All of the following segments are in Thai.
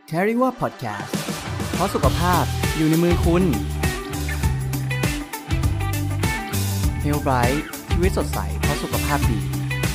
Caring ว่า Podcast เพราะสุขภาพอยู่ในมือคุณ Health Bright ชีวิตสดใสเพราะสุขภาพดี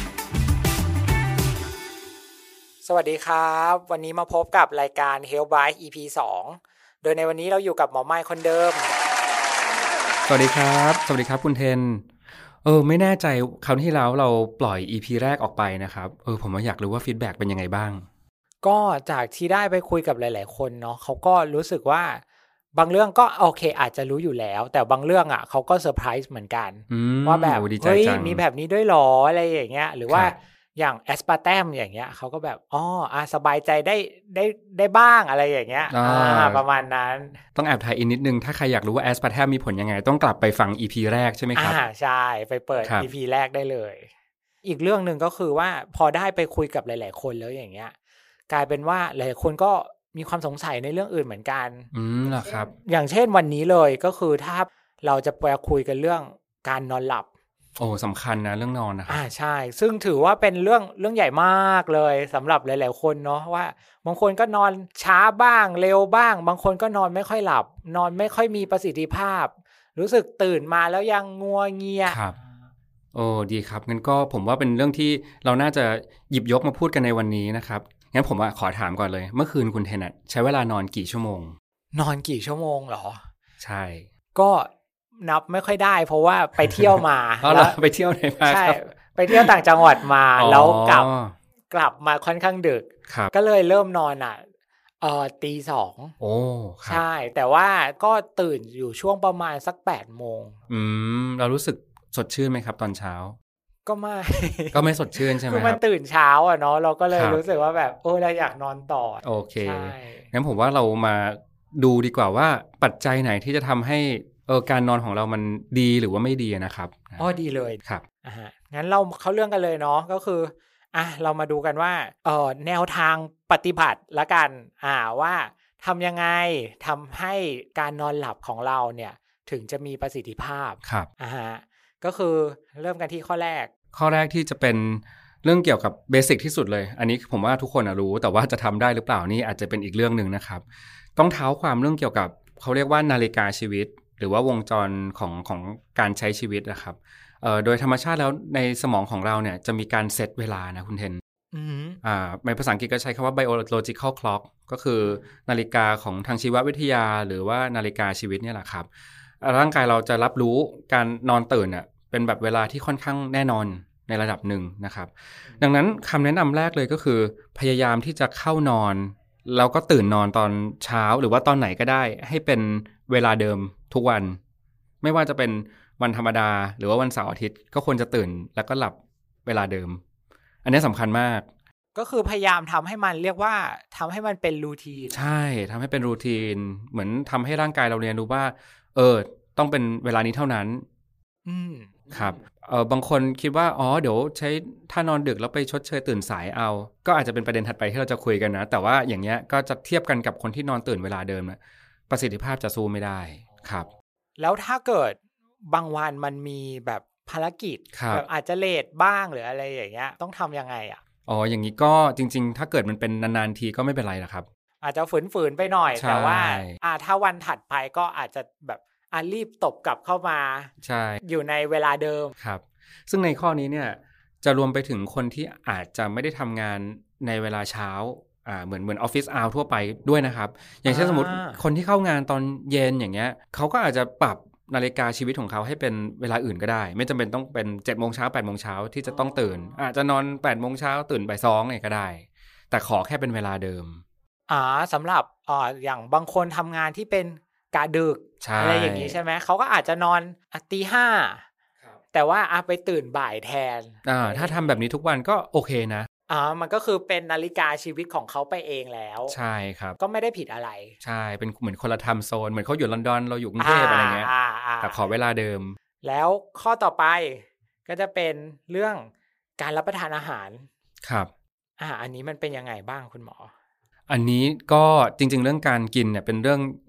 สวัสดีครับวันนี้มาพบกับรายการ Health Bright EP 2 โดยในวันนี้เราอยู่กับหมอไมค์คนเดิมสวัสดีครับคุณเทนไม่แน่ใจคราวที่แล้วเราปล่อย EP แรกออกไปนะครับผมอยากรู้ว่าฟีดแบ็กเป็นยังไงบ้างก็จากที่ได้ไปคุยกับหลายๆคนเนาะเขาก็รู้สึกว่าบางเรื่องก็โอเคอาจจะรู้อยู่แล้วแต่บางเรื่องอ่ะเขาก็เซอร์ไพรส์เหมือนกันว่าแบบเฮ้ยมีแบบนี้ด้วยหรออะไรอย่างเงี้ยหรือว่าอย่างแอสปาร์แตมอย่างเงี้ยเขาก็แบบสบายใจได้บ้างอะไรอย่างเงี้ยประมาณนั้นต้องแอบถ่ายอินนิดนึงถ้าใครอยากรู้ว่าแอสปาร์แตมมีผลยังไงต้องกลับไปฟัง EP แรกใช่ไหมครับใช่ไปเปิด EP แรกได้เลยอีกเรื่องนึงก็คือว่าพอได้ไปคุยกับหลายๆคนแล้วอย่างเงี้ยกลายเป็นว่าหลายคนก็มีความสงสัยในเรื่องอื่นเหมือนกันเหรอครับอย่างเช่นวันนี้เลยก็คือถ้าเราจะไปคุยกันเรื่องการนอนหลับสำคัญนะเรื่องนอนนะครับใช่ซึ่งถือว่าเป็นเรื่องใหญ่มากเลยสำหรับหลายๆคนเนาะว่าบางคนก็นอนช้าบ้างเร็วบ้างบางคนก็นอนไม่ค่อยหลับนอนไม่ค่อยมีประสิทธิภาพรู้สึกตื่นมาแล้วยังงัวเงียครับดีครับงั้นก็ผมว่าเป็นเรื่องที่เราน่าจะหยิบยกมาพูดกันในวันนี้นะครับงั้นผมขอถามก่อนเลยเมื่อคืนคุณเทนใช้เวลานอนกี่ชั่วโมงนอนกี่ชั่วโมงเหรอใช่ก็นับไม่ค่อยได้เพราะว่าไปเที่ยวมาแล้วไปเที่ยวไหนมาใช่ไปเที่ยวต่างจังหวัดมาแล้วกลับมาค่อนข้างดึกก็เลยเริ่มนอนตีสองใช่แต่ว่าก็ตื่นอยู่ช่วงประมาณสัก8 โมงเรารู้สึกสดชื่นไหมครับตอนเช้าก็ไม่สดชื่นใช่ไหมคือมันตื่นเช้าเนาะเราก็เลยรู้สึกว่าแบบเราอยากนอนต่อโอเคงั้นผมว่าเรามาดูดีกว่าว่าปัจจัยไหนที่จะทำให้การนอนของเรามันดีหรือว่าไม่ดีนะครับดีเลยครับงั้นเราเข้าเรื่องกันเลยเนาะก็คือเรามาดูกันว่าแนวทางปฏิบัติละกันว่าทำยังไงทำให้การนอนหลับของเราเนี่ยถึงจะมีประสิทธิภาพครับก็คือเริ่มกันที่ข้อแรกที่จะเป็นเรื่องเกี่ยวกับเบสิกที่สุดเลยอันนี้ผมว่าทุกคนรู้แต่ว่าจะทำได้หรือเปล่านี่อาจจะเป็นอีกเรื่องนึงนะครับต้องเท้าความเรื่องเกี่ยวกับเขาเรียกว่านาฬิกาชีวิตหรือว่าวงจรของการใช้ชีวิตนะครับโดยธรรมชาติแล้วในสมองของเราเนี่ยจะมีการเซตเวลานะคุณเทนในภาษาอังกฤษก็ใช้คำว่า biological clock ก็คือนาฬิกาของทางชีววิทยาหรือว่านาฬิกาชีวิตเนี่ยแหละครับร่างกายเราจะรับรู้การนอนตื่นเป็นแบบเวลาที่ค่อนข้างแน่นอนในระดับหนึ่งนะครับดังนั้นคำแนะนำแรกเลยก็คือพยายามที่จะเข้านอนแล้วก็ตื่นนอนตอนเช้าหรือว่าตอนไหนก็ได้ให้เป็นเวลาเดิมทุกวันไม่ว่าจะเป็นวันธรรมดาหรือว่าวันเสาร์อาทิตย์ก็ควรจะตื่นแล้วก็หลับเวลาเดิมอันนี้สำคัญมากก็คือพยายามทำให้มันเรียกว่าทำให้มันเป็นรูทีนใช่ทำให้เป็นรูทีนเหมือนทำให้ร่างกายเราเรียนรู้ว่าต้องเป็นเวลานี้เท่านั้นครับบางคนคิดว่าเดี๋ยวใช้ถ้านอนดึกแล้วไปชดเชยตื่นสายเอาก็อาจจะเป็นประเด็นถัดไปที่เราจะคุยกันนะแต่ว่าอย่างเงี้ยก็จะเทียบกันกับคนที่นอนตื่นเวลาเดิมนะประสิทธิภาพจะสู้ไม่ได้ครับแล้วถ้าเกิดบางวันมันมีแบบภารกิจแบบอาจจะเลทบ้างหรืออะไรอย่างเงี้ยต้องทำยังไงอย่างนี้ก็จริงๆถ้าเกิดมันเป็นนานๆทีก็ไม่เป็นไรนะครับอาจจะฝืนๆไปหน่อยแต่ว่าถ้าวันถัดไปก็อาจจะแบบรีบตบกลับเข้ามาใช่อยู่ในเวลาเดิมครับซึ่งในข้อนี้เนี่ยจะรวมไปถึงคนที่อาจจะไม่ได้ทำงานในเวลาเช้าเหมือนออฟฟิศเอาทั่วไปด้วยนะครับอย่างเช่นสมมติคนที่เข้างานตอนเย็นอย่างเงี้ยเขาก็อาจจะปรับนาฬิกาชีวิตของเขาให้เป็นเวลาอื่นก็ได้ไม่จำเป็นต้องเป็น 7:00 น 8:00 นที่จะต้องตื่นอาจจะนอน 8:00 นตื่นบ่าย 2เนี่ยก็ได้แต่ขอแค่เป็นเวลาเดิมสำหรับอย่างบางคนทำงานที่เป็นกะดึกอะไรอย่างนี้ใช่ไหมเขาก็อาจจะนอนตี 5แต่ว่าไปตื่นบ่ายแทนถ้าทำแบบนี้ทุกวันก็โอเคนะมันก็คือเป็นนาฬิกาชีวิตของเขาไปเองแล้วใช่ครับก็ไม่ได้ผิดอะไรใช่เป็นเหมือนคนละไทม์โซนเหมือนเขาอยู่ลอนดอนเราอยู่กรุงเทพอะไรเงี้ยแต่ขอเวลาเดิมแล้วข้อต่อไปก็จะเป็นเรื่องการรับประทานอาหารครับอันนี้มันเป็นยังไงบ้างคุณหมออันนี้ก็จริงๆเรื่องการกินเนี่ยเป็นเรื่อง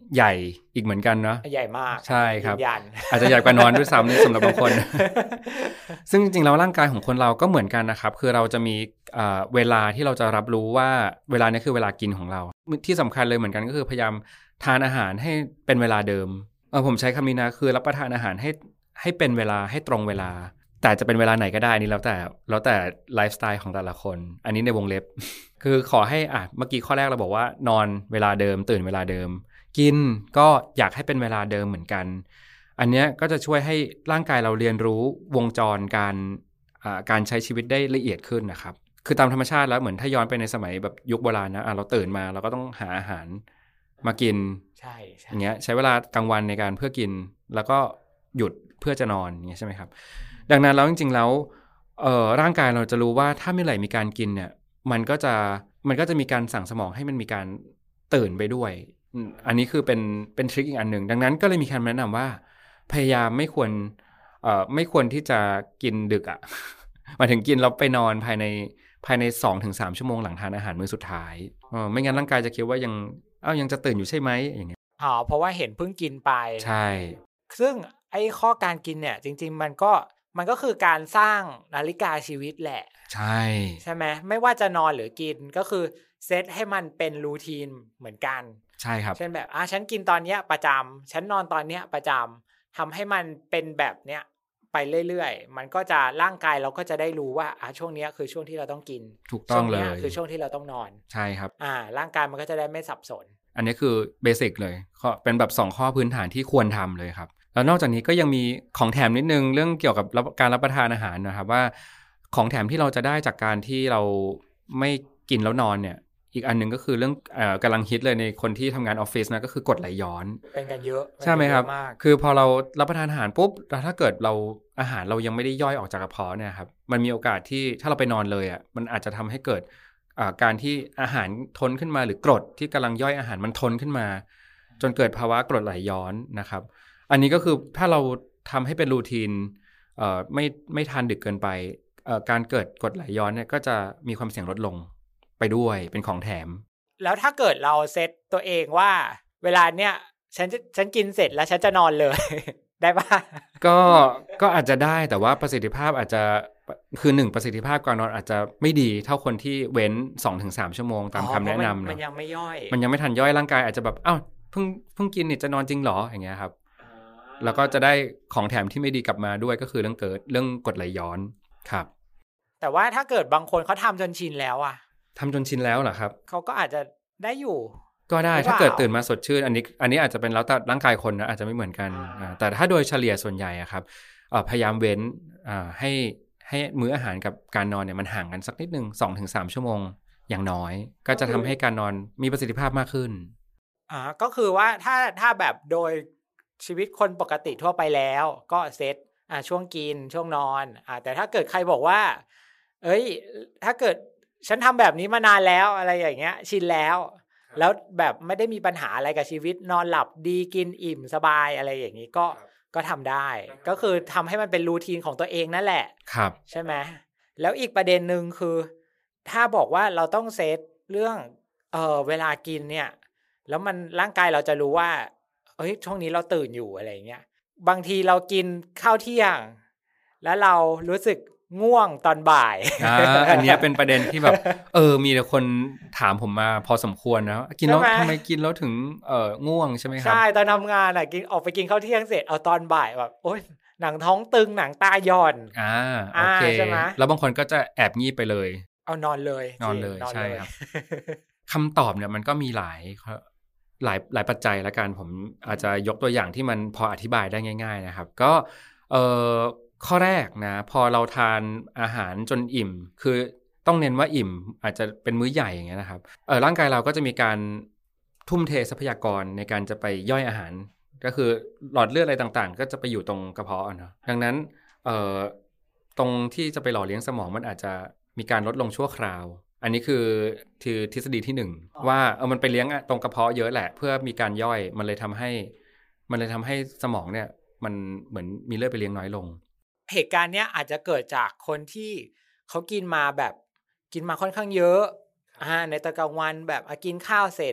ใหญ่อีกเหมือนกันเนาะใหญ่มากใช่ครับอาจจะใหญ่กว่านอนด้วยซ้ำสำหรับบางคน ซึ่งจริงๆแล้วร่างกายของคนเราก็เหมือนกันนะครับคือเราจะมีเวลาที่เราจะรับรู้ว่าเวลานี้คือเวลากินของเราที่สำคัญเลยเหมือนกันก็คือพยายามทานอาหารให้เป็นเวลาเดิมผมใช้คำนี้นะคือรับประทานอาหารให้เป็นเวลาให้ตรงเวลาแต่จะเป็นเวลาไหนก็ได้นี่แล้วแต่ไลฟ์สไตล์ของแต่ละคนอันนี้ในวงเล็บ คือขอให้เมื่อกี้ข้อแรกเราบอกว่านอนเวลาเดิมตื่นเวลาเดิมกินก็อยากให้เป็นเวลาเดิมเหมือนกันอันนี้ก็จะช่วยให้ร่างกายเราเรียนรู้วงจรการใช้ชีวิตได้ละเอียดขึ้นนะครับคือตามธรรมชาติแล้วเหมือนถ้าย้อนไปในสมัยแบบยุคโบราณนะเราตื่นมาเราก็ต้องหาอาหารมากินใช่อย่างเงี้ยใช้เวลากลางวันในการเพื่อกินแล้วก็หยุดเพื่อจะนอนอย่างเงี้ยใช่ไหมครับดังนั้นแล้วจริงๆแล้วร่างกายเราจะรู้ว่าถ้าเมื่อไหร่มีการกินเนี่ยมันก็จะมีการสั่งสมองให้มันมีการตื่นไปด้วยอันนี้คือเป็นทริคอีกอันหนึ่งดังนั้นก็เลยมีคำแนะนำว่าพยายามไม่ควรที่จะกินดึกหมายถึงกินแล้วไปนอนภายใน 2-3 ชั่วโมงหลังทานอาหารมื้อสุดท้ายไม่งั้นร่างกายจะคิดว่ายังจะตื่นอยู่ใช่ไหมอย่างเงี้ยเพราะว่าเห็นเพิ่งกินไปใช่ซึ่งไอ้ข้อการกินเนี่ยจริงๆมันก็คือการสร้างนาฬิกาชีวิตแหละใช่ไหมไม่ว่าจะนอนหรือกินก็คือเซตให้มันเป็นรูทีนเหมือนกันใช่ครับเช่นแบบฉันกินตอนเนี้ยประจำฉันนอนตอนเนี้ยประจำทำให้มันเป็นแบบเนี้ยไปเรื่อยๆมันก็จะร่างกายเราก็จะได้รู้ว่าช่วงนี้คือช่วงที่เราต้องกินถูกต้องเลยคือช่วงที่เราต้องนอนใช่ครับร่างกายมันก็จะได้ไม่สับสนอันนี้คือเบสิกเลยเป็นแบบ2ข้อพื้นฐานที่ควรทำเลยครับแล้วนอกจากนี้ก็ยังมีของแถมนิดนึงเรื่องเกี่ยวกับการรับประทานอาหารนะครับว่าของแถมที่เราจะได้จากการที่เราไม่กินแล้วนอนเนี่ยอีกอันนึงก็คือเรื่องกำลังฮิตเลยในคนที่ทำงานออฟฟิศนะก็คือกรดไหลย้อนเป็นกันเยอะใช่ไหมครับคือพอเรารับประทานอาหารปุ๊บถ้าเกิดอาหารเรายังไม่ได้ย่อยออกจากกระเพาะเนี่ยครับมันมีโอกาสที่ถ้าเราไปนอนเลยมันอาจจะทำให้เกิดการที่อาหารทนขึ้นมาหรือกรดที่กำลังย่อยอาหารมันทนขึ้นมาจนเกิดภาวะกรดไหลย้อนนะครับอันนี้ก็คือถ้าเราทำให้เป็นรูทีนไม่ทานดึกเกินไปการเกิดกรดไหลย้อนเนี่ยก็จะมีความเสี่ยงลดลงไปด้วยเป็นของแถมแล้วถ้าเกิดเราเซตตัวเองว่าเวลาเนี้ยฉันกินเสร็จแล้วฉันจะนอนเลยได้ป่ะก็อาจจะได้แต่ว่าประสิทธิภาพอาจจะคือ1ประสิทธิภาพการนอนอาจจะไม่ดีเท่าคนที่เว้น 2-3 ชั่วโมงตามคำแนะนำมันยังไม่ย่อยมันยังไม่ทันย่อยร่างกายอาจจะแบบเพิ่งกินนี่จะนอนจริงหรออย่างเงี้ยครับแล้วก็จะได้ของแถมที่ไม่ดีกลับมาด้วยก็คือเรื่องกรดไหลย้อนครับแต่ว่าถ้าเกิดบางคนเขาทำจนชินแล้วทำจนชินแล้วเหรอครับเขาก็อาจจะได้อยู่ก็ได้ถ้าเกิดตื่นมาสดชื่นอันนี้อาจจะเป็นแล้วแต่ร่างกายคนนะอาจจะไม่เหมือนกันแต่ถ้าโดยเฉลี่ยส่วนใหญ่ครับพยายามเว้นให้มื้ออาหารกับการนอนเนี่ยมันห่างกันสักนิดนึง 2-3 ชั่วโมงอย่างน้อยก็จะทำให้การนอนมีประสิทธิภาพมากขึ้นก็คือว่าถ้าแบบโดยชีวิตคนปกติทั่วไปแล้วก็เซตช่วงกินช่วงนอนแต่ถ้าเกิดใครบอกว่าถ้าเกิดฉันทำแบบนี้มานานแล้วอะไรอย่างเงี้ยชินแล้วแบบไม่ได้มีปัญหาอะไรกับชีวิตนอนหลับดีกินอิ่มสบายอะไรอย่างนี้ก็ทำได้ก็คือทำให้มันเป็นรูทีนของตัวเองนั่นแหละครับใช่ไหมแล้วอีกประเด็นนึงคือถ้าบอกว่าเราต้องเซตเรื่องเวลากินเนี่ยแล้วมันร่างกายเราจะรู้ว่าช่วงนี้เราตื่นอยู่อะไรเงี้ยบางทีเรากินข้าวเที่ยงแล้วเรารู้สึกง่วงตอนบ่ายอันนี้เป็นประเด็นที่แบบมีแต่คนถามผมมาพอสมควรนะกินแล้วทำไมกินแล้วถึงง่วงใช่ไหมครับใช่ตอนทำงานกินออกไปกินข้าวเที่ยงเสร็จเอาตอนบ่ายแบบโอ๊ยหนังท้องตึงหนังตาย่อนโอเคใช่ไหมแล้วบางคนก็จะแอบงีบไปเลยเอานอนเลยใช่ครับคำตอบเนี่ยมันก็มีหลายปัจจัยละกันผมอาจจะยกตัวอย่างที่มันพออธิบายได้ง่ายๆนะครับก็ข้อแรกนะพอเราทานอาหารจนอิ่มคือต้องเน้นว่าอิ่มอาจจะเป็นมื้อใหญ่อย่างเงี้ยนะครับร่างกายเราก็จะมีการทุ่มเททรัพยากรในการจะไปย่อยอาหารก็คือหลอดเลือดอะไรต่างๆก็จะไปอยู่ตรงกระเพาะเนาะดังนั้นตรงที่จะไปหล่อเลี้ยงสมองมันอาจจะมีการลดลงชั่วคราวอันนี้คือทฤษฎีที่1ว่ามันไปเลี้ยงตรงกระเพาะเยอะแหละเพื่อมีการย่อยมันเลยทำให้สมองเนี่ยมันเหมือนมีเลือดไปเลี้ยงน้อยลงเหตุการณ์เนี้ยอาจจะเกิดจากคนที่เขากินมาค่อนข้างเยอะในตอนกลางวันแบบกินข้าวเสร็จ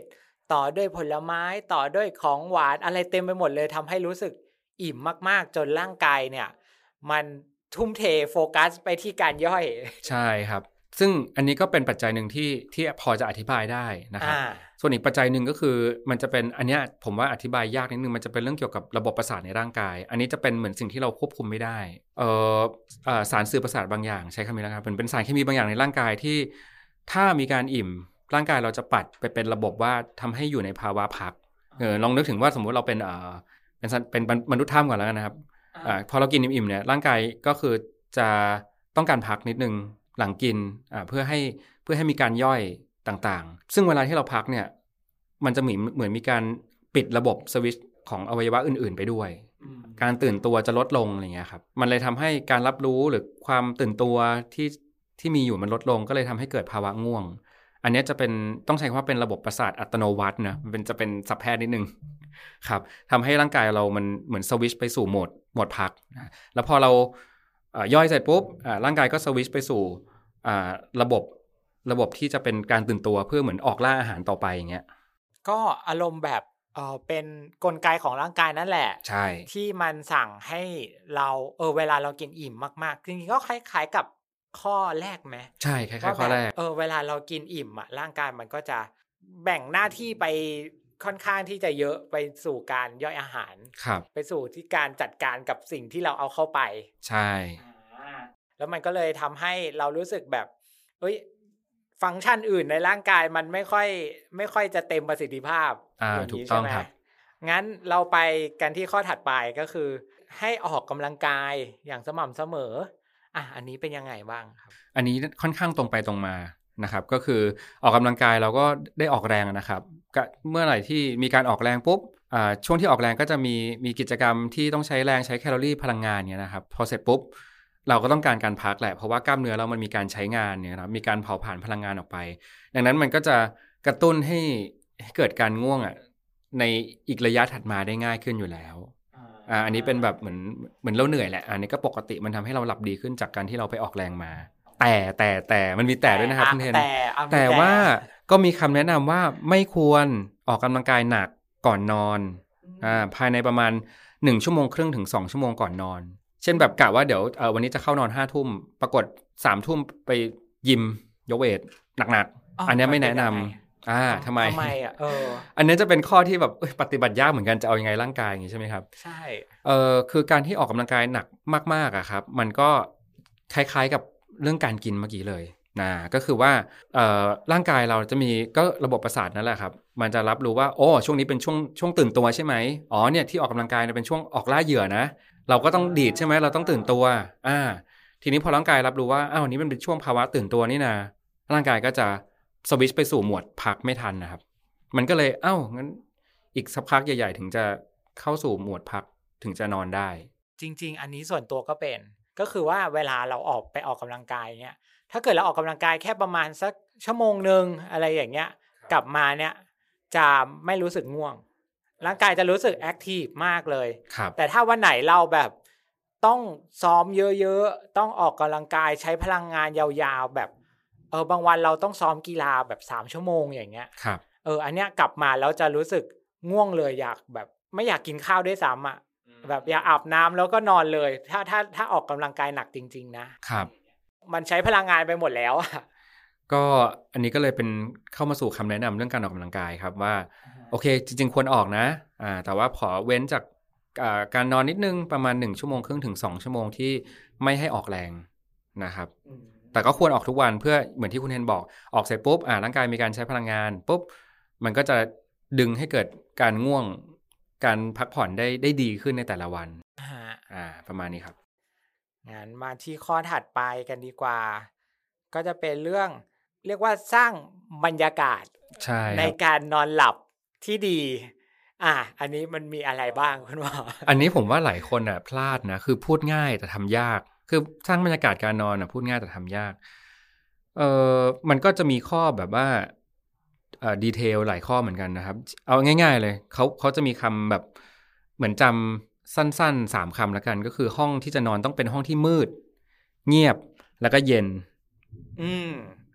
ต่อด้วยผลไม้ต่อด้วยของหวานอะไรเต็มไปหมดเลยทำให้รู้สึกอิ่มมากๆจนร่างกายเนี่ยมันทุ่มเทโฟกัสไปที่การย่อยใช่ครับซึ่งอันนี้ก็เป็นปัจจัยหนึ่งที่พอจะอธิบายได้นะครับส่วนอีกปัจจัยหนึ่งก็คือมันจะเป็นอันเนี้ยผมว่าอธิบายยากนิดนึงมันจะเป็นเรื่องเกี่ยวกับระบบประสาทในร่างกายอันนี้จะเป็นเหมือนสิ่งที่เราควบคุมไม่ได้สารสื่อประสาทบางอย่างใช้คำนี้นะครับเป็นสารเคมีบางอย่างในร่างกายที่ถ้ามีการอิ่มร่างกายเราจะปัดไปเป็นระบบว่าทำให้อยู่ในภาวะพักลองนึกถึงว่าสมมุติเราเป็นมนุษย์ถ้ำก่อนแล้วกันนะครับพอเรากินอิ่มๆเนี่ยร่างกายก็คือจะต้องการพักนิดนึงหลังกินเพื่อให้มีการย่อยต่างๆซึ่งเวลาที่เราพักเนี่ยมันจะเหมือนมีการปิดระบบสวิตช์ของอวัยวะอื่นๆไปด้วยการตื่นตัวจะลดลงอะไรเงี้ยครับมันเลยทำให้การรับรู้หรือความตื่นตัวที่มีอยู่มันลดลงก็เลยทำให้เกิดภาวะง่วงอันนี้จะเป็นต้องใช้คำว่าเป็นระบบประสาทอัตโนมัตินะมันจะเป็นศัพท์แพทย์นิดนึงครับทำให้ร่างกายเรามันเหมือนสวิตช์ไปสู่โหมดพักแล้วพอเราย่อยเสร็จปุ๊บร่างกายก็สวิตช์ไปสู่ระบบที่จะเป็นการตื่นตัวเพื่อเหมือนออกล่าอาหารต่อไปอย่างเงี้ยก็อารมณ์แบบเป็นกลไกของร่างกายนั่นแหละใช่ที่มันสั่งให้เราเวลาเรากินอิ่มมากๆจริงๆก็คล้ายๆกับข้อแรกไหมใช่คล้ายๆข้อแรกเวลาเรากินอิ่มอ่ะร่างกายมันก็จะแบ่งหน้าที่ไปค่อนข้างที่จะเยอะไปสู่การย่อยอาหารไปสู่ที่การจัดการกับสิ่งที่เราเอาเข้าไปใช่แล้วมันก็เลยทำให้เรารู้สึกแบบฟังก์ชันอื่นในร่างกายมันไม่ค่อยจะเต็มประสิทธิภาพอย่างนี้ใช่ไหมงั้นเราไปกันที่ข้อถัดไปก็คือให้ออกกำลังกายอย่างสม่ำเสมออันนี้เป็นยังไงบ้างครับอันนี้ค่อนข้างตรงไปตรงมานะครับก็คือออกกำลังกายเราก็ได้ออกแรงนะครับเมื่อไหร่ที่มีการออกแรงปุ๊บช่วงที่ออกแรงก็จะมีกิจกรรมที่ต้องใช้แรงใช้แคลอรี่พลังงานเนี่ยนะครับพอเสร็จปุ๊บเราก็ต้องการพักแหละเพราะว่ากล้ามเนื้อเรามันมีการใช้งานเนี่ยนะมีการเผาผลาญพลังงานออกไปดังนั้นมันก็จะกระตุ้นให้เกิดการง่วงในอีกระยะถัดมาได้ง่ายขึ้นอยู่แล้วอันนี้เป็นแบบเหมือนเราเหนื่อยแหละอันนี้ก็ปกติมันทำให้เราหลับดีขึ้นจากการที่เราไปออกแรงมาแต่มันมีแต่ด้วยนะครับคุณเทนแต่ว่าก็มีคำแนะนำว่าไม่ควรออกกำลังกายหนักก่อนนอนภายในประมาณ1 ชั่วโมงครึ่งถึง2 ชั่วโมงก่อนนอนเช่นแบบกะว่าเดี๋ยววันนี้จะเข้านอน5 ทุ่มปรากฏ3 ทุ่มไปยิมยกเวทหนักๆอันนี้ไม่แนะนำทำไมอันนี้จะเป็นข้อที่แบบปฏิบัติยากเหมือนกันจะเอายังไงร่างกายอย่างนี้ใช่ไหมครับใช่คือการที่ออกกำลังกายหนักมากๆครับมันก็คล้ายๆกับเรื่องการกินเมื่อกี้เลยก็คือว่าร่างกายเราจะมีก็ระบบประสาทนั่นแหละครับมันจะรับรู้ว่าโอ้ช่วงนี้เป็นช่วงตื่นตัวใช่ไหมเนี่ยที่ออกกำลังกายเป็นช่วงออกล่าเหยื่อนะเราก็ต้องดีดใช่ไหมเราต้องตื่นตัวทีนี้พอร่างกายรับรู้ว่าอันนี้มันเป็นช่วงภาวะตื่นตัวนี่นะร่างกายก็จะสวิตช์ไปสู่โหมดพักไม่ทันนะครับมันก็เลยงั้นอีกสักพักใหญ่ๆถึงจะเข้าสู่โหมดพักถึงจะนอนได้จริงๆอันนี้ส่วนตัวก็คือว่าเวลาเราออกกำลังกายเนี่ยถ้าเกิดเราออกกำลังกายแค่ประมาณสักชั่วโมงนึงอะไรอย่างเงี้ยกลับมาเนี่ยจะไม่รู้สึกง่วงร่างกายจะรู้สึกแอคทีฟมากเลยแต่ถ้าวันไหนเราแบบต้องซ้อมเยอะๆต้องออกกำลังกายใช้พลังงานยาวๆแบบบางวันเราต้องซ้อมกีฬาแบบ3 ชั่วโมงอย่างเงี้ยอันเนี้ยกลับมาแล้วจะรู้สึกง่วงเลยอยากแบบไม่อยากกินข้าวด้วยซ้ำแบบอยากอาบน้ำแล้วก็นอนเลยถ้าออกกำลังกายหนักจริงๆนะครับมันใช้พลังงานไปหมดแล้วก็อันนี้ก็เลยเป็นเข้ามาสู่คำแนะนำเรื่องการออกกำลังกายครับว่าโอเคจริงๆควรออกนะแต่ว่าขอเว้นจากการนอนนิดนึงประมาณ1 ชั่วโมงครึ่งถึง2 ชั่วโมงที่ไม่ให้ออกแรงนะครับแต่ก็ควรออกทุกวันเพื่อเหมือนที่คุณเทนบอกออกเสร็จปุ๊บร่างกายมีการใช้พลังงานปุ๊บมันก็จะดึงให้เกิดการง่วงการพักผ่อนได้ดีขึ้นในแต่ละวันประมาณนี้ครับงั้นมาที่ข้อถัดไปกันดีกว่าก็จะเป็นเรื่องเรียกว่าสร้างบรรยากาศในการนอนหลับที่ดีอันนี้มันมีอะไรบ้างคุณหมออันนี้ผมว่าหลายคนพลาดนะคือพูดง่ายแต่ทำยากคือสร้างบรรยากาศการนอนพูดง่ายแต่ทำยากมันก็จะมีข้อแบบว่าดีเทลหลายข้อเหมือนกันนะครับเอาง่ายๆเลยเขาจะมีคำแบบเหมือนจำสั้นๆ3 คำแล้วกันก็คือห้องที่จะนอนต้องเป็นห้องที่มืดเงียบแล้วก็เย็น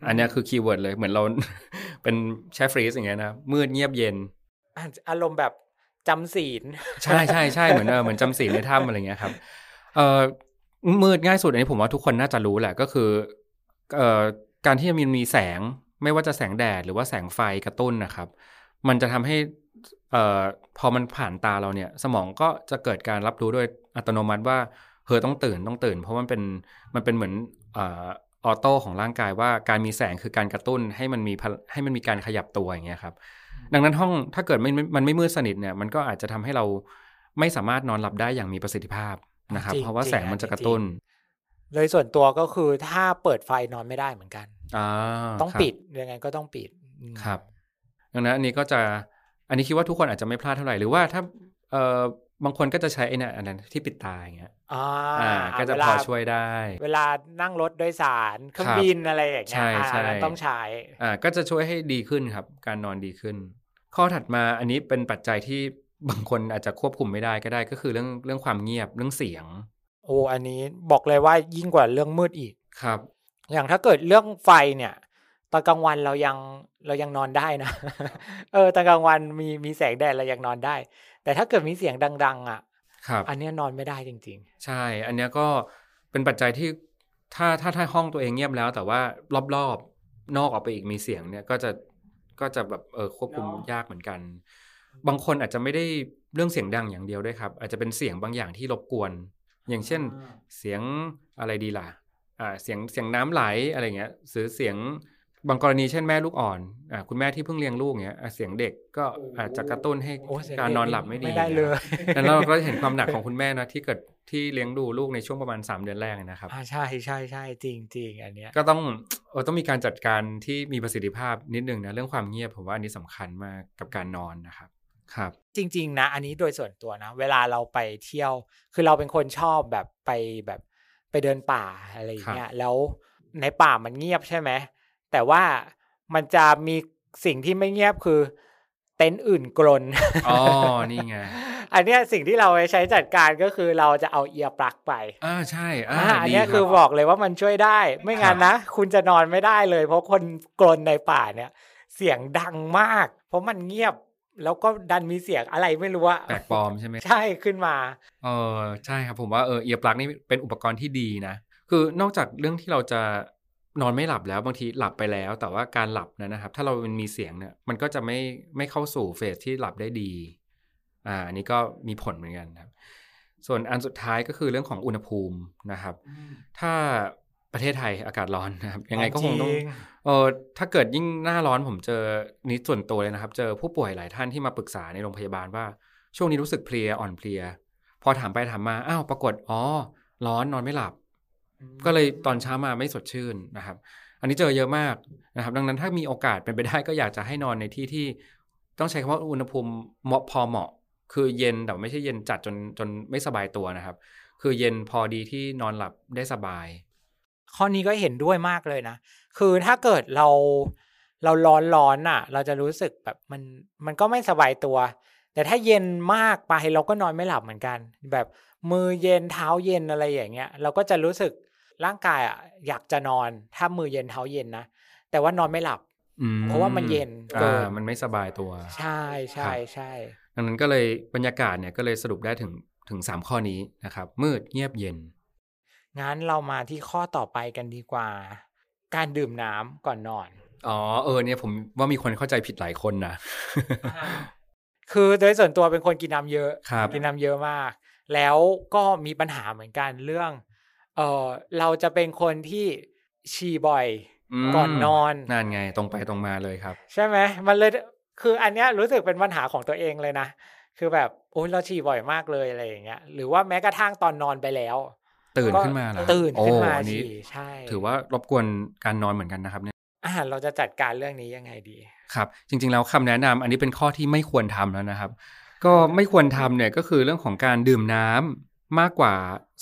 อันนี้คือคีย์เวิร์ดเลยเหมือนเรา เป็นแช่ฟรีซอย่างเงี้ยนะมืดเงียบเย็นอารมณ์แบบจำศีลใช่ใช่ใช่เหมือนจำศีลในถ้ำอะไรเงี้ยครับมืดง่ายสุดอันนี้ผมว่าทุกคนน่าจะรู้แหละก็คือการที่มีแสงไม่ว่าจะแสงแดดหรือว่าแสงไฟกระตุ้นนะครับมันจะทำให้พอมันผ่านตาเราเนี่ยสมองก็จะเกิดการรับรู้โดยอัตโนมัติว่าต้องตื่นเพราะมันเป็นเหมือนออโต้ของร่างกายว่าการมีแสงคือการกระตุ้นให้มันมีการขยับตัวอย่างเงี้ยครับดังนั้นห้องถ้าเกิดมันไม่มืดสนิทเนี่ยมันก็อาจจะทำให้เราไม่สามารถนอนหลับได้อย่างมีประสิทธิภาพนะครับเพราะว่าแสงมันจะกระตุ้นเลยส่วนตัวก็คือถ้าเปิดไฟนอนไม่ได้เหมือนกันต้องปิดยังไงก็ต้องปิดครับดังนั้นอันนี้คิดว่าทุกคนอาจจะไม่พลาดเท่าไหร่หรือว่าถ้าบางคนก็จะใช้ไอ้เนี่ยอันนั้นที่ปิดตาอย่างเงี้ยก็จะพอช่วยได้เวลานั่งรถโดยสารเครื่องบินอะไรอย่างเงี้ยต้องใช้ก็จะช่วยให้ดีขึ้นครับการนอนดีขึ้นข้อถัดมาอันนี้เป็นปัจจัยที่บางคนอาจจะควบคุมไม่ได้ก็ได้ก็คือเรื่องความเงียบเรื่องเสียงอันนี้บอกเลยว่ายิ่งกว่าเรื่องมืดอีกครับอย่างถ้าเกิดเรื่องไฟเนี่ยตอนกลางวันเรายังนอนได้นะตอนกลางวันมีแสงแดดเรายังนอนได้แต่ถ้าเกิดมีเสียงดังๆอันนี้นอนไม่ได้จริงๆใช่อันนี้ก็เป็นปัจจัยที่ถ้าห้องตัวเองเงียบแล้วแต่ว่ารอบๆนอกออกไปอีกมีเสียงเนี่ยก็จะแบบควบคุมยากเหมือนกันบางคนอาจจะไม่ได้เรื่องเสียงดังอย่างเดียวด้วยครับอาจจะเป็นเสียงบางอย่างที่รบกวนอย่างเช่นเสียงอะไรดีล่ะเสียงน้ำไหลอะไรเงี้ยหรือเสียงบางกรณีเช่นแม่ลูกอ่อนคุณแม่ที่เพิ่งเลี้ยงลูกเงี้ยเสียงเด็กก็อาจจะกระตุ้นให้การนอนหลับไม่ดีไม่ได้เลยแล้วเราก็เห็นความหนักของคุณแม่นะที่เกิดที่เลี้ยงดูลูกในช่วงประมาณ3 เดือนแรกนะครับใช่ใช่ใช่จริงจริงอันเนี้ยก็ต้องมีการจัดการที่มีประสิทธิภาพนิดนึงนะเรื่องความเงียบผมว่าอันนี้สำคัญมากกับการนอนนะครับครับจริงๆนะอันนี้โดยส่วนตัวนะเวลาเราไปเที่ยวคือเราเป็นคนชอบแบบไปเดินป่าอะไรอย่างเงี้ยแล้วในป่ามันเงียบใช่ไหมแต่ว่ามันจะมีสิ่งที่ไม่เงียบคือเต็นท์อื่นกรนนี่ไงอันเนี้ยสิ่งที่เราใช้จัดการก็คือเราจะเอาเอียร์ปลั๊กไปใช่อันนี้คือบอกเลยว่ามันช่วยได้ไม่งั้นนะคุณจะนอนไม่ได้เลยเพราะคนกรนในป่าเนี่ยเสียงดังมากเพราะมันเงียบแล้วก็ดันมีเสียงอะไรไม่รู้ว่าแปลกปลอมใช่ไหมใช่ขึ้นมาใช่ครับผมว่าเอียร์ปลั๊กนี่เป็นอุปกรณ์ที่ดีนะคือนอกจากเรื่องที่เราจะนอนไม่หลับแล้วบางทีหลับไปแล้วแต่ว่าการหลับนะครับถ้าเรามีเสียงเนี่ยมันก็จะไม่เข้าสู่เฟสที่หลับได้ดีอันนี้ก็มีผลเหมือนกันครับส่วนอันสุดท้ายก็คือเรื่องของอุณหภูมินะครับถ้าประเทศไทยอากาศร้อนนะครับยังไงก็คงต้องถ้าเกิดยิ่งหน้าร้อนผมเจอนี้ส่วนตัวเลยนะครับเจอผู้ป่วยหลายท่านที่มาปรึกษาในโรงพยาบาลว่าช่วงนี้รู้สึกเพลียอ่อนเพลียพอถามไปถามมาปรากฏร้อนนอนไม่หลับก็เลยตอนเช้ามาไม่สดชื่นนะครับอันนี้เจอเยอะมากนะครับดังนั้นถ้ามีโอกาสเป็นไปได้ก็อยากจะให้นอนในที่ต้องใช้คำว่าอุณหภูมิพอเหมาะคือเย็นแต่ไม่ใช่เย็นจัดจนไม่สบายตัวนะครับคือเย็นพอดีที่นอนหลับได้สบายข้อนี้ก็เห็นด้วยมากเลยนะคือถ้าเกิดเราร้อนเราจะรู้สึกแบบมันก็ไม่สบายตัวแต่ถ้าเย็นมากไปเราก็นอนไม่หลับเหมือนกันแบบมือเย็นเท้าเย็นอะไรอย่างเงี้ยเราก็จะรู้สึกร่างกายอยากจะนอนถ้ามือเย็นเท้าเย็นนะแต่ว่านอนไม่หลับเพราะว่ามันเย็นมันไม่สบายตัวใช่ใช่ใช่ดังนั้นก็เลยบรรยากาศเนี่ยก็เลยสรุปได้ถึง3ข้อนี้นะครับมืดเงียบเย็นงั้นเรามาที่ข้อต่อไปกันดีกว่าการดื่มน้ำก่อนนอนเนี่ยผมว่ามีคนเข้าใจผิดหลายคนนะคือโดยส่วนตัวเป็นคนกินน้ำเยอะกินน้ำเยอะมากแล้วก็มีปัญหาเหมือนกันเรื่องเราจะเป็นคนที่ฉี่บ่อยก่อนนอนนั่นไงตรงไปตรงมาเลยครับใช่ไหมมันเลยคืออันเนี้ยรู้สึกเป็นปัญหาของตัวเองเลยนะคือแบบโอ้ยเราฉี่บ่อยมากเลยอะไรอย่างเงี้ยหรือว่าแม้กระทั่งตอนนอนไปแล้วตื่นขึ้นมาแล้วตื่นขึ้นมาฉี่ใช่ถือว่ารบกวนการนอนเหมือนกันนะครับเนี่ยเราจะจัดการเรื่องนี้ยังไงดีครับจริงๆแล้วคำแนะนำอันนี้เป็นข้อที่ไม่ควรทำแล้วนะครับก็ไม่ควรทำเนี่ยก็คือเรื่องของการดื่มน้ำมากกว่า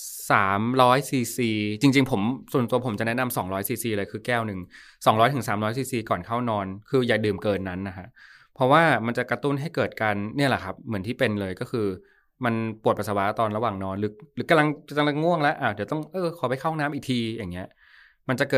300ซีซีจริงๆผมส่วนตัวผมจะแนะนำ200ซีซีเลยคือแก้วหนึ่ง200 ถึง 300ซีซีก่อนเข้านอนคืออย่าดื่มเกินนั้นนะฮะเพราะว่ามันจะกระตุ้นให้เกิดการเนี่ยแหละครับเหมือนที่เป็นเลยก็คือมันปวดปัสสาวะตอนระหว่างนอนหรือกำลังง่วงแล้วเดี๋ยวต้องขอไปเข้าห้องน้ำอีกทีอย่างเงี้ยมันจะเกิด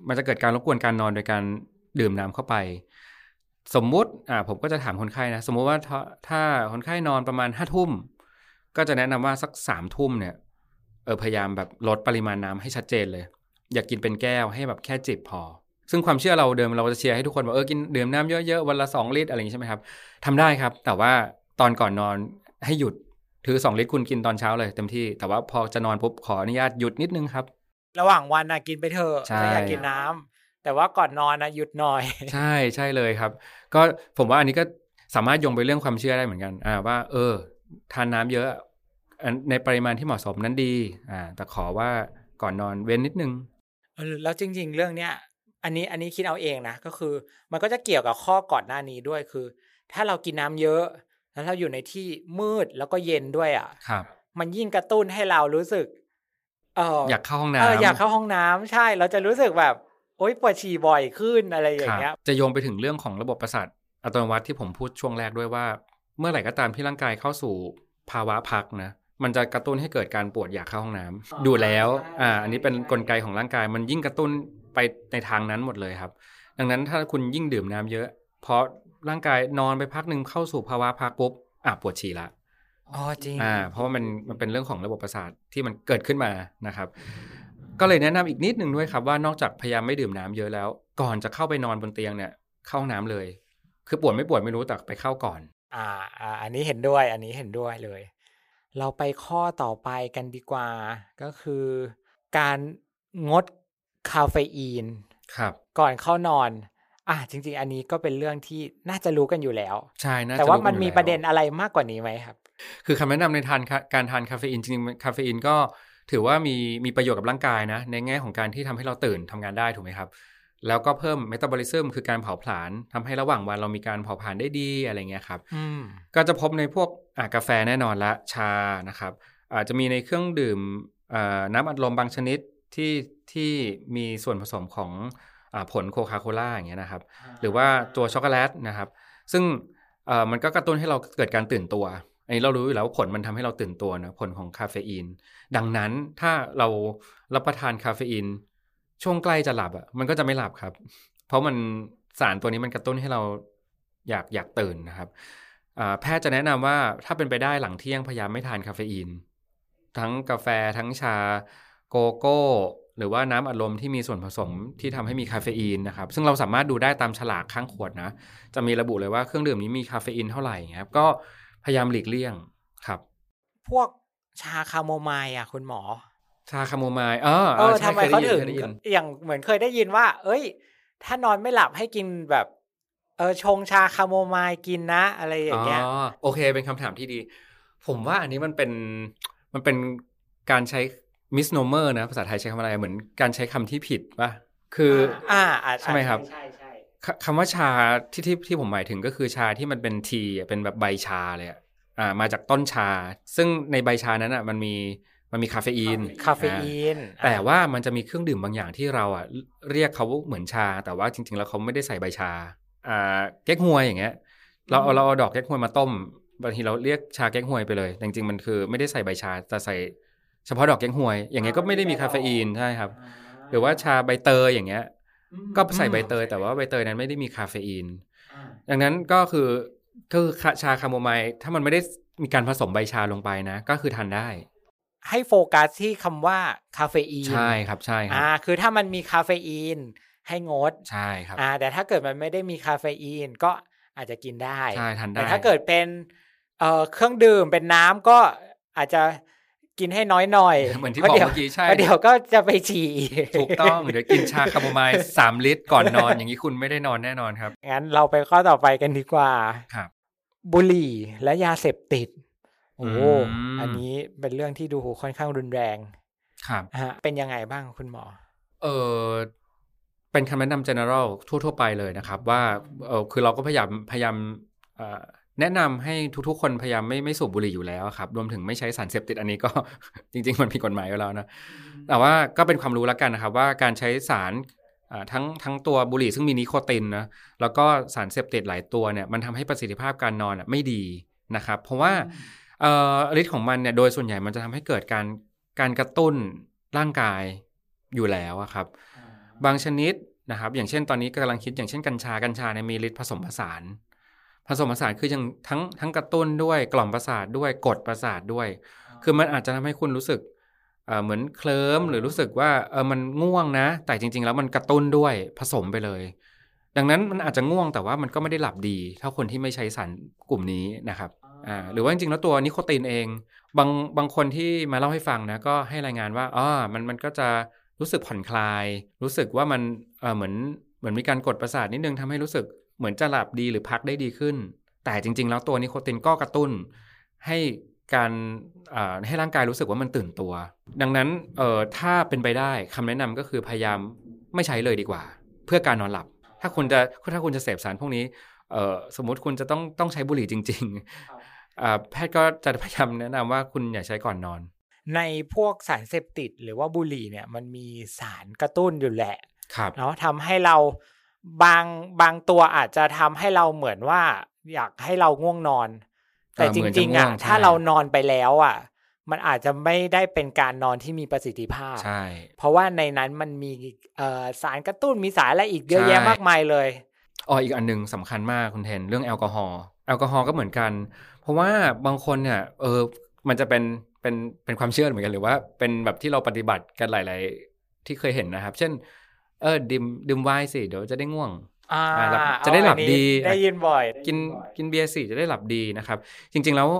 มันจะเกิดการรบกวนการนอนโดยการดื่มน้ำเข้าไปสมมุติผมก็จะถามคนไข้นะสมมุติว่าถ้าคนไข้นอนประมาณ5 ทุ่มก็จะแนะนำว่าสัก3 ทุ่มเนี่ยพยายามแบบลดปริมาณน้ำให้ชัดเจนเลยอย่ากินเป็นแก้วให้แบบแค่จิบพอซึ่งความเชื่อเราเดิมเราจะเชียร์ให้ทุกคนบอกกินดื่มน้ำเยอะๆวันละ2 ลิตรอะไรอย่างนี้ใช่ไหมครับทำได้ครับแต่ว่าตอนก่อนนอนให้หยุดถือ2 ลิตรคุณกินตอนเช้าเลยเต็มที่แต่ว่าพอจะนอนปุ๊บขออนุญาตหยุดนิดนึงครับระหว่างวันนะกินไปเถอะถ้าอยากกินน้ำแต่ว่าก่อนนอนนะหยุดหน่อยใช่เลยครับก็ผมว่าอันนี้ก็สามารถโยงไปเรื่องความเชื่อได้เหมือนกันว่าทานน้ำเยอะในปริมาณที่เหมาะสมนั้นดีแต่ขอว่าก่อนนอนเว้นนิดนึงแล้วจริงๆเรื่องเนี้ยอันนี้คิดเอาเองนะก็คือมันก็จะเกี่ยวกับข้อก่อนหน้านี้ด้วยคือถ้าเรากินน้ำเยอะแล้วเราอยู่ในที่มืดแล้วก็เย็นด้วยครับมันยิ่งกระตุ้นให้เรารู้สึกอยากเข้าห้องน้ำอยากเข้าห้องน้ำใช่เราจะรู้สึกแบบโอ๊ยปวดฉี่บ่อยขึ้นอะไรอย่างเงี้ยจะโยงไปถึงเรื่องของระบบประสาทอัตโนมัติที่ผมพูดช่วงแรกด้วยว่าเมื่อไหร่ก็ตามที่ร่างกายเข้าสู่ภาวะพักนะมันจะกระตุ้นให้เกิดการปวดอยากเข้าห้องน้ำดูแล้วอันนี้เป็นกลไกของร่างกายมันยิ่งกระตุ้นไปในทางนั้นหมดเลยครับดังนั้นถ้าคุณยิ่งดื่มน้ำเยอะเพราะร่างกายนอนไปพักนึงเข้าสู่ภาวะพักปุ๊บปวดฉี่ละจริงเพราะว่ามันเป็นเรื่องของระบบประสาทที่มันเกิดขึ้นมานะครับก็เลยแนะนำอีกนิดนึงด้วยครับว่านอกจากพยายามไม่ดื่มน้ำเยอะแล้วก่อนจะเข้าไปนอนบนเตียงเนี่ยเข้าห้องน้ำเลยคือปวดไม่ปวดไม่รู้แต่ไปเข้าก่อนอันนี้เห็นด้วยเลยเราไปข้อต่อไปกันดีกว่าก็คือการงดคาเฟอีนครับก่อนเข้านอนจริงๆอันนี้ก็เป็นเรื่องที่น่าจะรู้กันอยู่แล้วใช่แต่ว่ามันมีประเด็นอะไรมากกว่านี้ไหมครับคือคำแนะนำในการทานคาเฟอีนจริงๆคาเฟอีนก็ถือว่ามีประโยชน์กับร่างกายนะในแง่ของการที่ทำให้เราตื่นทำงานได้ถูกไหมครับแล้วก็เพิ่มเมตาบอลิซึมคือการเผาผลาญทำให้ระหว่างวันเรามีการเผาผลาญได้ดีอะไรเงี้ยครับก็จะพบในพวกกาแฟแน่นอนละชานะครับอาจจะมีในเครื่องดื่มน้ำอัดลมบางชนิดที่มีส่วนผสมของผลโคคาโคล่าอย่างเงี้ยนะครับหรือว่าตัวช็อกโกแลตนะครับซึ่งมันก็กระตุ้นให้เราเกิดการตื่นตัวอันนี้เรารู้อยู่แล้วผลมันทำให้เราตื่นตัวนะผลของคาเฟอีนดังนั้นถ้าเรารับประทานคาเฟอีนช่วงใกล้จะหลับมันก็จะไม่หลับครับเพราะมันสารตัวนี้มันกระตุ้นให้เราอยากตื่นนะครับแพทย์จะแนะนำว่าถ้าเป็นไปได้หลังเที่ยงพยายามไม่ทานคาเฟอีนทั้งกาแฟทั้งชาโกโก้หรือว่าน้ำอัดลมที่มีส่วนผสมที่ทำให้มีคาเฟอีนนะครับซึ่งเราสามารถดูได้ตามฉลากข้างขวดนะจะมีระบุเลยว่าเครื่องดื่มนี้มีคาเฟอีนเท่าไหร่ครับก็พยายามหลีกเลี่ยงครับพวกชาคาโมไมล์คุณหมอชาคาโมไมล์ทำไมเขาถึงอย่างเหมือนเคยได้ยินว่าถ้านอนไม่หลับให้กินแบบชงชาคาโมไมล์กินนะอะไรอย่างเงี้ยโอเคเป็นคำถามที่ดีผมว่าอันนี้มันเป็นการใช้มิสโนเมอร์นะภาษาไทยใช้คำอะไรเหมือนการใช้คำที่ผิดป่ะคือใช่ไหมครับใช่คำว่าชาที่ผมหมายถึงก็คือชาที่มันเป็นทีเป็นแบบใบชาเลยมาจากต้นชาซึ่งในใบชานั้นมันมีคาเฟอีนแต่ว่ามันจะมีเครื่องดื่มบางอย่างที่เราเรียกเขาเหมือนชาแต่ว่าจริงๆแล้วเขาไม่ได้ใส่ใบชาเก๊กฮวยอย่างเงี้ยเราเอาดอกเก๊กฮวยมาต้มบางทีเราเรียกชาเก๊กฮวยไปเลยจริงๆมันคือไม่ได้ใส่ใบชาแต่ใส่เฉพาะดอกเก๊กฮวยอย่างเงี้ยก็ไม่ได้มีคาเฟอีนใช่ครับหรือว่าชาใบเตยอย่างเงี้ยก็ใส่ใบเตยแต่ว่าใบเตยนั้นไม่ได้มีคาเฟอีนดังนั้นก็คือชาคาโมไมล์ถ้ามันไม่ได้มีการผสมใบชาลงไปนะก็คือทานได้ให้โฟกัสที่คำว่าคาเฟอีนใช่ครับคือถ้ามันมีคาเฟอีนให้งดใช่ครับแต่ถ้าเกิดมันไม่ได้มีคาเฟอีนก็อาจจะกินได้ใช่ทานได้แต่ถ้าเกิดเป็นเครื่องดื่มเป็นน้ำก็อาจจะกินให้น้อยหน่อยเหมือนที่บอกเมื่อกี้ใช่เดี๋ยวก็จะไปฉี่ถูกต้องเดี๋ยวกินชาคาโมไมล์3 ลิตรก่อนนอนอย่างนี้คุณไม่ได้นอนแน่นอนครับงั้นเราไปข้อต่อไปกันดีกว่าครับบุหรี่และยาเสพติดอันนี้เป็นเรื่องที่ดูค่อนข้างรุนแรงครับเป็นยังไงบ้างคุณหมอเป็นคำแนะนำ general ทั่วๆไปเลยนะครับว่าคือเราก็พยายามแนะนำให้ทุกๆคนพยายามไม่สูบบุหรี่อยู่แล้วครับรวมถึงไม่ใช้สารเสพติดอันนี้ก็ จริงๆมันผิดกฎหมายอยู่แล้วนะแต่ว่าก็เป็นความรู้แล้วกันนะครับว่าการใช้สารทั้งตัวบุหรี่ซึ่งมีนิโคตินนะแล้วก็สารเสพติดหลายตัวเนี่ยมันทำให้ประสิทธิภาพการนอนไม่ดีนะครับเพราะว่าฤทธิ์ของมันเนี่ยโดยส่วนใหญ่มันจะทำให้เกิดการกระตุ้นร่างกายอยู่แล้วครับบางชนิดนะครับอย่างเช่นตอนนี้กำลังคิดอย่างเช่นกัญชาเนี่ยมีฤทธิ์ผสมผสานคือยังทั้งกระตุ้นด้วยกล่อมประสาทด้วยกดประสาทด้วยคือมันอาจจะทำให้คุณรู้สึกเหมือนเคลิ้มหรือรู้สึกว่ามันง่วงนะแต่จริงๆแล้วมันกระตุ้นด้วยผสมไปเลยดังนั้นมันอาจจะง่วงแต่ว่ามันก็ไม่ได้หลับดีเท่าคนที่ไม่ใช้สารกลุ่มนี้นะครับหรือว่าจริงๆแล้วตัวนิโคตินเองบางคนที่มาเล่าให้ฟังนะก็ให้รายงานว่ามันก็จะรู้สึกผ่อนคลายรู้สึกว่ามันเหมือนมีการกดประสาทนิดนึงทำให้รู้สึกเหมือนจะหลับดีหรือพักได้ดีขึ้นแต่จริงๆแล้วตัวนิโคตินก็กระตุ้นให้การให้ร่างกายรู้สึกว่ามันตื่นตัวดังนั้นถ้าเป็นไปได้คำแนะนำก็คือพยายามไม่ใช้เลยดีกว่าเพื่อการนอนหลับถ้าคุณจะเสพสารพวกนี้สมมุติคุณจะต้องใช้บุหรี่จริงๆแพทย์ก็จะพยายามแนะนำว่าคุณอย่าใช้ก่อนนอนในพวกสารเสพติดหรือว่าบุหรี่เนี่ยมันมีสารกระตุ้นอยู่แหละเนาะทำให้เราบางตัวอาจจะทำให้เราเหมือนว่าอยากให้เราง่วงนอนแต่จริงๆถ้าเรานอนไปแล้วมันอาจจะไม่ได้เป็นการนอนที่มีประสิทธิภาพใช่เพราะว่าในนั้นมันมีสารกระตุ้นมีสารอะไรอีกเยอะแยะมากมายเลยอีกอันนึงสำคัญมากคุณเทนเรื่องแอลกอฮอล์ก็เหมือนกันเพราะว่าบางคนเนี่ยมันจะเป็นความเชื่อเหมือนกันหรือว่าเป็นแบบที่เราปฏิบัติกันหลายๆที่เคยเห็นนะครับเช่นดื่มไวน์สิเดี๋ยวจะได้ง่วงจะได้หลับดีได้ยินบ่อยกินเบียร์สิจะได้หลับดีนะครับจริงๆแล้ว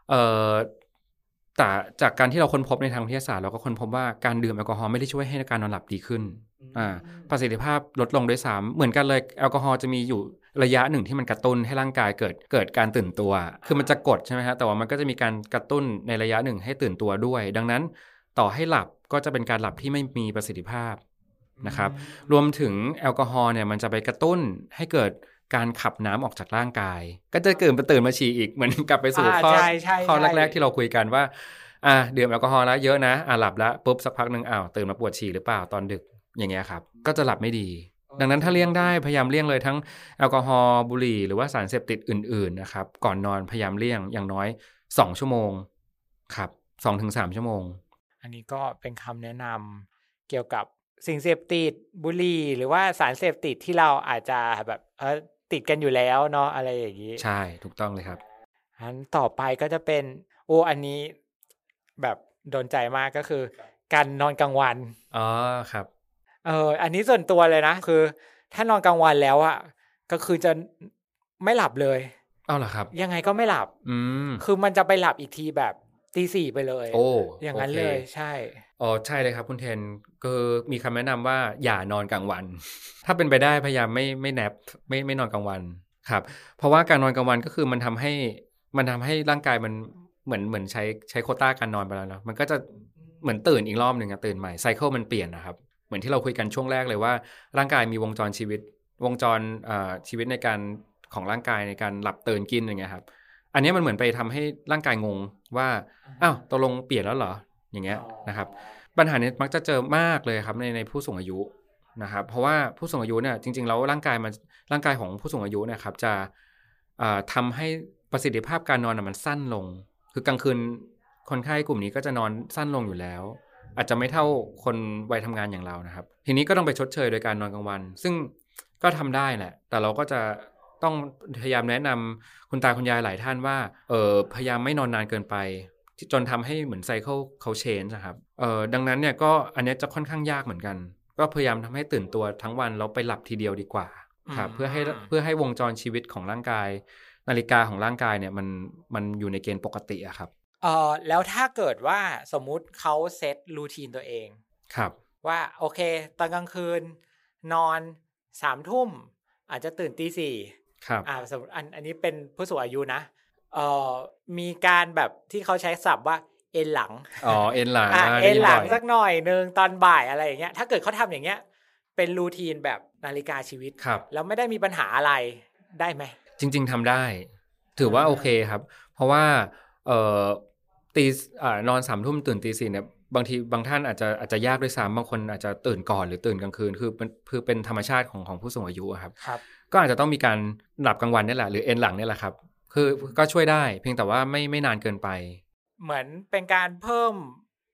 แต่จากการที่เราค้นพบในทางวิทยาศาสตร์เราก็ค้นพบว่าการดื่มแอลกอฮอล์ไม่ได้ช่วยให้การนอนหลับดีขึ้นประสิทธิภาพลดลงด้วยซ้ำเหมือนกันเลยแอลกอฮอล์จะมีอยู่ระยะหนึ่งที่มันกระตุ้นให้ร่างกายเกิดการตื่นตัวคือมันจะกดใช่ไหมฮะแต่ว่ามันก็จะมีการกระตุ้นในระยะหนึ่งให้ตื่นตัวด้วยดังนั้นต่อให้หลับก็จะเป็นการหลับที่ไม่มีประสิทธิภาพนะครับรวมถึงแอลกอฮอล์เนี่ยมันจะไปกระตุ้นให้เกิดการขับน้ำออกจากร่างกายก็จะตื่นมาฉี่อีกเหมือนกลับไปสู่ข้อแรกๆที่เราคุยกันว่าดื่มแอลกอฮอล์แล้วเยอะนะหลับแล้วปุ๊บสักพักนึงตื่นมาปวดฉี่หรือเปล่าตอนดึกอย่างเงี้ยครับก็จะหลับไม่ดีดังนั้นถ้าเลี่ยงได้พยายามเลี่ยงเลยทั้งแอลกอฮอล์บุหรี่หรือว่าสารเสพติดอื่นๆนะครับก่อนนอนพยายามเลี่ยงอย่างน้อย2ชั่วโมงครับ 2-3 ชั่วโมงอันนี้ก็เป็นคำแนะนำเกี่ยวกับสิ่งเสพติดบุหรี่หรือว่าสารเสพติดที่เราอาจจะแบบติดกันอยู่แล้วเนาะอะไรอย่างนี้ใช่ถูกต้องเลยครับอันต่อไปก็จะเป็นอันนี้แบบโดนใจมากก็คือการนอนกลางวันครับอันนี้ส่วนตัวเลยนะคือถ้านอนกลางวันแล้วก็คือจะไม่หลับเลยเหรอครับยังไงก็ไม่หลับคือมันจะไปหลับอีกทีแบบตี 4ไปเลยอย่างนั้นเลยใช่ใช่เลยครับคุณเทนคือมีคำแนะนำว่าอย่านอนกลางวันถ้าเป็นไปได้พยายามไม่แนปไม่นอนกลางวันครับเพราะว่าการนอนกลางวันก็คือมันทำให้ร่างกายมันเหมือนใช้โควต้าการนอนไปแล้วเนาะมันก็จะเหมือนตื่นอีกรอบนึงตื่นใหม่ไซเคิลมันเปลี่ยนนะครับเหมือนที่เราคุยกันช่วงแรกเลยว่าร่างกายมีวงจรชีวิตชีวิตในการของร่างกายในการหลับตื่นกินอย่างเงี้ยครับอันนี้มันเหมือนไปทำให้ร่างกายงงว่าตกลงเปลี่ยนแล้วเหรออย่างเงี้ยนะครับปัญหานี้มักจะเจอมากเลยครับในผู้สูงอายุนะครับเพราะว่าผู้สูงอายุเนี่ยจริงๆแล้วร่างกายของผู้สูงอายุเนี่ยครับจะทำให้ประสิทธิภาพการนอนมันสั้นลงคือกลางคืนคนไข้กลุ่มนี้ก็จะนอนสั้นลงอยู่แล้วอาจจะไม่เท่าคนวัยทำงานอย่างเรานะครับทีนี้ก็ต้องไปชดเชยโดยการนอนกลางวันซึ่งก็ทำได้แหละแต่เราก็จะต้องพยายามแนะนำคุณตาคุณยายหลายท่านว่าพยายามไม่นอนนานเกินไปจนทำให้เหมือนไซเคิลเขาเชนจ์นะครับดังนั้นเนี่ยก็อันนี้จะค่อนข้างยากเหมือนกันก็พยายามทำให้ตื่นตัวทั้งวันแล้วไปหลับทีเดียวดีกว่าครับเพื่อให้วงจรชีวิตของร่างกายนาฬิกาของร่างกายเนี่ยมันอยู่ในเกณฑ์ปกติอะครับแล้วถ้าเกิดว่าสมมุติเขาเซตรูทีนตัวเองครับว่าโอเคตอนกลางคืนนอน 3 ทุ่มอาจจะตื่นตี 4 ครับสมมติอันนี้เป็นผู้สูงอายุนะมีการแบบที่เขาใช้ศัพท์ว่าเอนหลังเอนหลังเอนหลังสักหน่อยนึงตอนบ่ายอะไรอย่างเงี้ยถ้าเกิดเขาทำอย่างเงี้ยเป็นรูทีนแบบนาฬิกาชีวิตแล้วไม่ได้มีปัญหาอะไรได้ไหมจริงๆทำได้ถือว่าโอเคครับเพราะว่านอน 3 ทุ่มตื่นตี 4เนี่ยบางท่านอาจจะยากด้วยซ้ำบางคนอาจจะตื่นก่อนหรือตื่นกลางคืนคือเป็นธรรมชาติของผู้สูงอายุครับก็อาจจะต้องมีการหลับกลางวันนี่แหละหรือเอนหลังนี่แหละครับคือก็ช่วยได้เพียงแต่ว่าไม่นานเกินไปเหมือนเป็นการเพิ่ม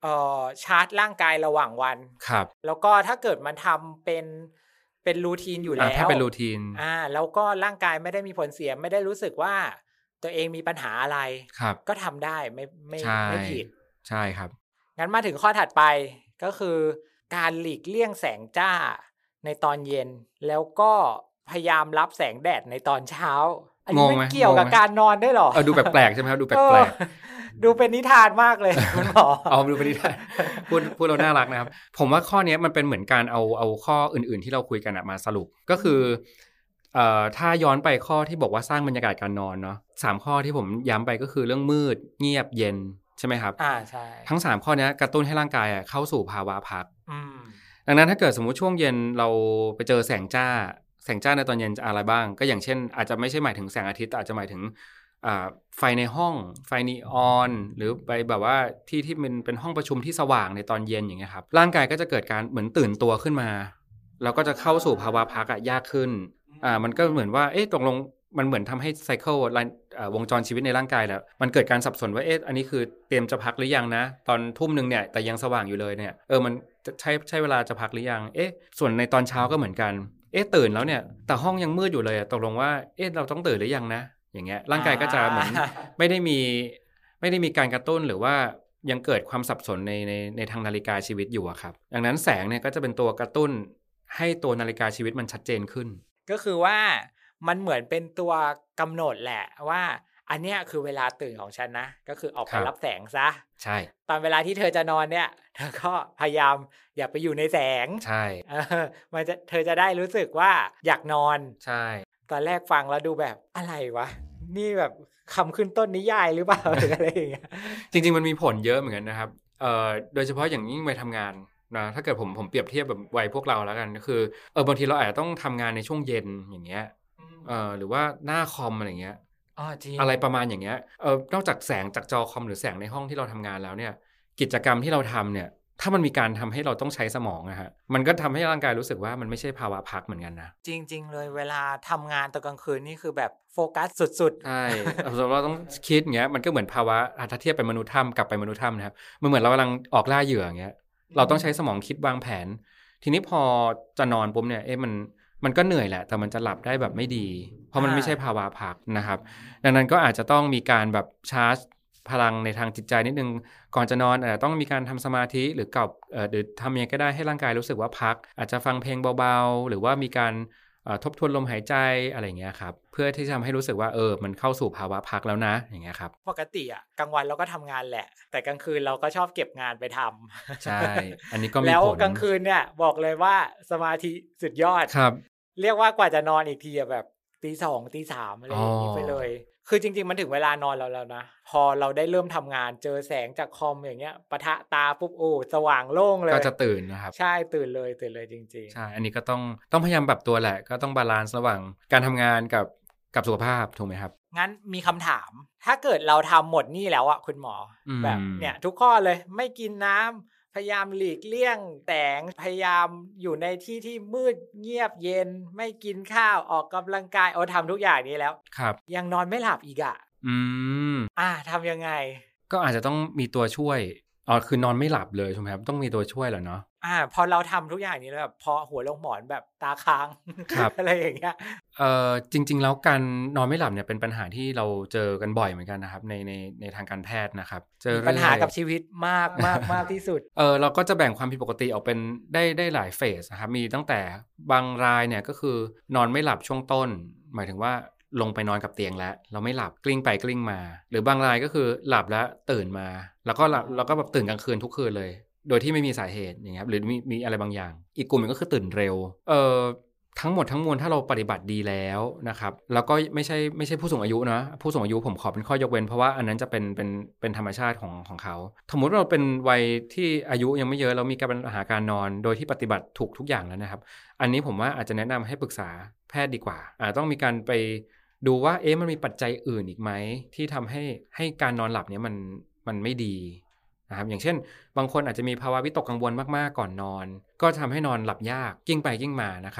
ชาร์จร่างกายระหว่างวันครับแล้วก็ถ้าเกิดมันทำเป็นรูทีนอยู่แล้วถ้าเป็นรูทีนแล้วก็ร่างกายไม่ได้มีผลเสียไม่ได้รู้สึกว่าตัวเองมีปัญหาอะไรก็ทำได้ไม่ผิดใช่ครับงั้นมาถึงข้อถัดไปก็คือการหลีกเลี่ยงแสงจ้าในตอนเย็นแล้วก็พยายามรับแสงแดดในตอนเช้าอันนี้ไม่เกี่ยวกับการนอนได้หรอดูแปลกๆใช่ไหมครับดูแปลกๆดูเป็นนิทานมากเลยคุณหมอดูเป็นนิทานพูดเราน่ารักนะครับผมว่าข้อนี้มันเป็นเหมือนการเอาข้ออื่นๆที่เราคุยกันมาสรุปก็คือถ้าย้อนไปข้อที่บอกว่าสร้างบรรยากาศการนอนเนาะ3ข้อที่ผมย้ำไปก็คือเรื่องมืดเงียบเย็นใช่ไหมครับใช่ทั้ง3ข้อนี้กระตุ้นให้ร่างกายเข้าสู่ภาวะพักดังนั้นถ้าเกิดสมมุติช่วงเย็นเราไปเจอแสงจ้าในตอนเย็นจะอะไรบ้างก็อย่างเช่นอาจจะไม่ใช่หมายถึงแสงอาทิตย์แต่อาจจะหมายถึงไฟในห้องไฟนีออนหรือไปแบบว่าที่มันเป็นห้องประชุมที่สว่างในตอนเย็นอย่างเงี้ยครับร่างกายก็จะเกิดการเหมือนตื่นตัวขึ้นมาแล้วก็จะเข้าสู่ภาวะพักยากขึ้นมันก็เหมือนว่าตกลงมันเหมือนทำให้ไซเคิลวงจรชีวิตในร่างกายแล้วมันเกิดการสับสนว่าอันนี้คือเตรียมจะพักหรือยังนะตอนทุ่มนึงเนี่ยแต่ยังสว่างอยู่เลยเนี่ยมันใช่เวลาจะพักหรือยังส่วนในตอนเช้าก็เหมือนกันตื่นแล้วเนี่ยแต่ห้องยังมืดอยู่เลยตกลงว่าเราต้องตื่นหรือยังนะอย่างเงี้ยร่างกายก็จะเหมือนไม่ได้มีการกระตุ้นหรือว่ายังเกิดความสับสนในทางนาฬิกาชีวิตอยู่อะครับดังนั้นแสงเนี่ยก็จะเป็นตัวกระตุ้นให้ตัวนาฬิกาชีวิตมันชัดเจนขึ้นก็คือว่ามันเหมือนเป็นตัวกำหนดแหละว่าอันเนี้ยคือเวลาตื่นของฉันนะก็คือออกไปรับแสงซะใช่ตอนเวลาที่เธอจะนอนเนี่ยเธอก็พยายามอย่าไปอยู่ในแสงใช่เธอจะได้รู้สึกว่าอยากนอนใช่ตอนแรกฟังแล้วดูแบบอะไรวะนี่แบบคำขึ้นต้นนิยายหรือเปล่า หรืออะไรอย่างเงี้ยจริงๆมันมีผลเยอะเหมือนกันนะครับโดยเฉพาะอย่างยิ่งวัยทำงานนะถ้าเกิดผมเปรียบเทียบแบบวัยพวกเราแล้วกันก็คือบางทีเราอาจจะต้องทำงานในช่วงเย็นอย่างเงี้ยหรือว่าหน้าคอมอะไรเงี้ยอะไรประมาณอย่างเงี้ยนอกจากแสงจากจอคอมหรือแสงในห้องที่เราทำงานแล้วเนี่ยกิจกรรมที่เราทำเนี่ยถ้ามันมีการทำให้เราต้องใช้สมองนะฮะมันก็ทำให้ร่างกายรู้สึกว่ามันไม่ใช่ภาวะพักเหมือนกันนะจริงๆเลยเวลาทำงานตอนกลางคืนนี่คือแบบโฟกัสสุดๆใช่เราต้องคิดอย่างเงี้ยมันก็เหมือนภาวะถ้าเทียบเป็นมนุษย์ถ้ำกลับไปมนุษย์ถ้ำนะครับมันเหมือนเรากำลังออกล่าเหยื่ออย่างเงี้ยเราต้องใช้สมองคิดวางแผนทีนี้พอจะนอนปุ๊บเนี่ยมันก็เหนื่อยแหละแต่มันจะหลับได้แบบไม่ดีเพราะมันไม่ใช่ภาวะพักนะครับดังนั้นก็อาจจะต้องมีการแบบชาร์จพลังในทางจิตใจนิดนึงก่อนจะนอนต้องมีการทำสมาธิหรือหรือทำยังไงก็ได้ให้ร่างกายรู้สึกว่าพักอาจจะฟังเพลงเบาๆหรือว่ามีการทบทวนลมหายใจอะไรอย่างเงี้ยครับเพื่อที่จะทำให้รู้สึกว่ามันเข้าสู่ภาวะพักแล้วนะอย่างเงี้ยครับปกติกลางวันเราก็ทำงานแหละแต่กลางคืนเราก็ชอบเก็บงานไปทำใช่อันนี้ก็มีผลแล้วกลางคืนเนี่ยบอกเลยว่าสมาธิสุดยอดครับเรียกว่ากว่าจะนอนอีกทีแบบตี 2 ตี 3อะไรอย่างนี้ไปเลยคือจริงๆมันถึงเวลานอนเราแล้วนะพอเราได้เริ่มทำงานเจอแสงจากคอมอย่างเงี้ยปะทะตาปุ๊บสว่างโล่งเลยก็จะตื่นนะครับใช่ตื่นเลยจริงๆใช่อันนี้ก็ต้องพยายามปรับตัวแหละก็ต้องบาลานซ์ระหว่างการทำงานกับสุขภาพถูกไหมครับงั้นมีคำถามถ้าเกิดเราทำหมดนี่แล้วคุณหมอแบบเนี่ยทุกข้อเลยไม่กินน้ำพยายามหลีกเลี่ยงแสงพยายามอยู่ในที่ที่มืดเงียบเย็นไม่กินข้าวออกกำลังกายทำทุกอย่างนี้แล้วครับยังนอนไม่หลับอีกทำยังไงก็อาจจะต้องมีตัวช่วยคือนอนไม่หลับเลยใช่ไหมครับต้องมีตัวช่วยเหรอเนาะพอเราทำทุกอย่างนี้แล้วแบบพอหัวลงหมอนแบบตาค้าง อะไรอย่างเงี้ยจริงๆแล้วการนอนไม่หลับเนี่ยเป็นปัญหาที่เราเจอกันบ่อยเหมือนกันนะครับในทางการแพทย์นะครับเจอปัญหากับชีวิตมากมากที่สุดเราก็จะแบ่งความผิดปกติออกเป็นได้หลายเฟสนะครับมีตั้งแต่บางรายเนี่ยก็คือนอนไม่หลับช่วงต้นหมายถึงว่าลงไปนอนกับเตียงแล้วเราไม่หลับกลิ้งไปกลิ้งมาหรือบางรายก็คือหลับแล้วตื่นมาแล้วก็แบบตื่นกลางคืนทุกคืนเลยโดยที่ไม่มีสาเหตุอย่างเงี้ยหรือมีอะไรบางอย่างอีกกลุ่มนึงก็คือตื่นเร็วทั้งหมดทั้งมวลถ้าเราปฏิบัติดีแล้วนะครับแล้วก็ไม่ใช่ผู้สูงอายุนะผู้สูงอายุผมขอเป็นข้อยกเว้นเพราะว่าอันนั้นจะเป็นธรรมชาติของเขาสมมติเราเป็นวัยที่อายุยังไม่เยอะแล้วมีปัญหาการนอนโดยที่ปฏิบัติถูกทุกอย่างแล้วนะครับอันนี้ผมว่าอาจจะแนะนำให้ปรึกษาแพทย์ดีกว่าต้องมีการไปดูว่ามันมีปัจจัยอื่นอีกไหมที่ทำให้การนอนหลับเนี่ยมันไม่ดีนะครับอย่างเช่นบางคนอาจจะมีภาวะวิตกกังวลมากๆก่อนนอนก็ทำให้นอนหลับยากกิ้งไปกิ้งมานะครับ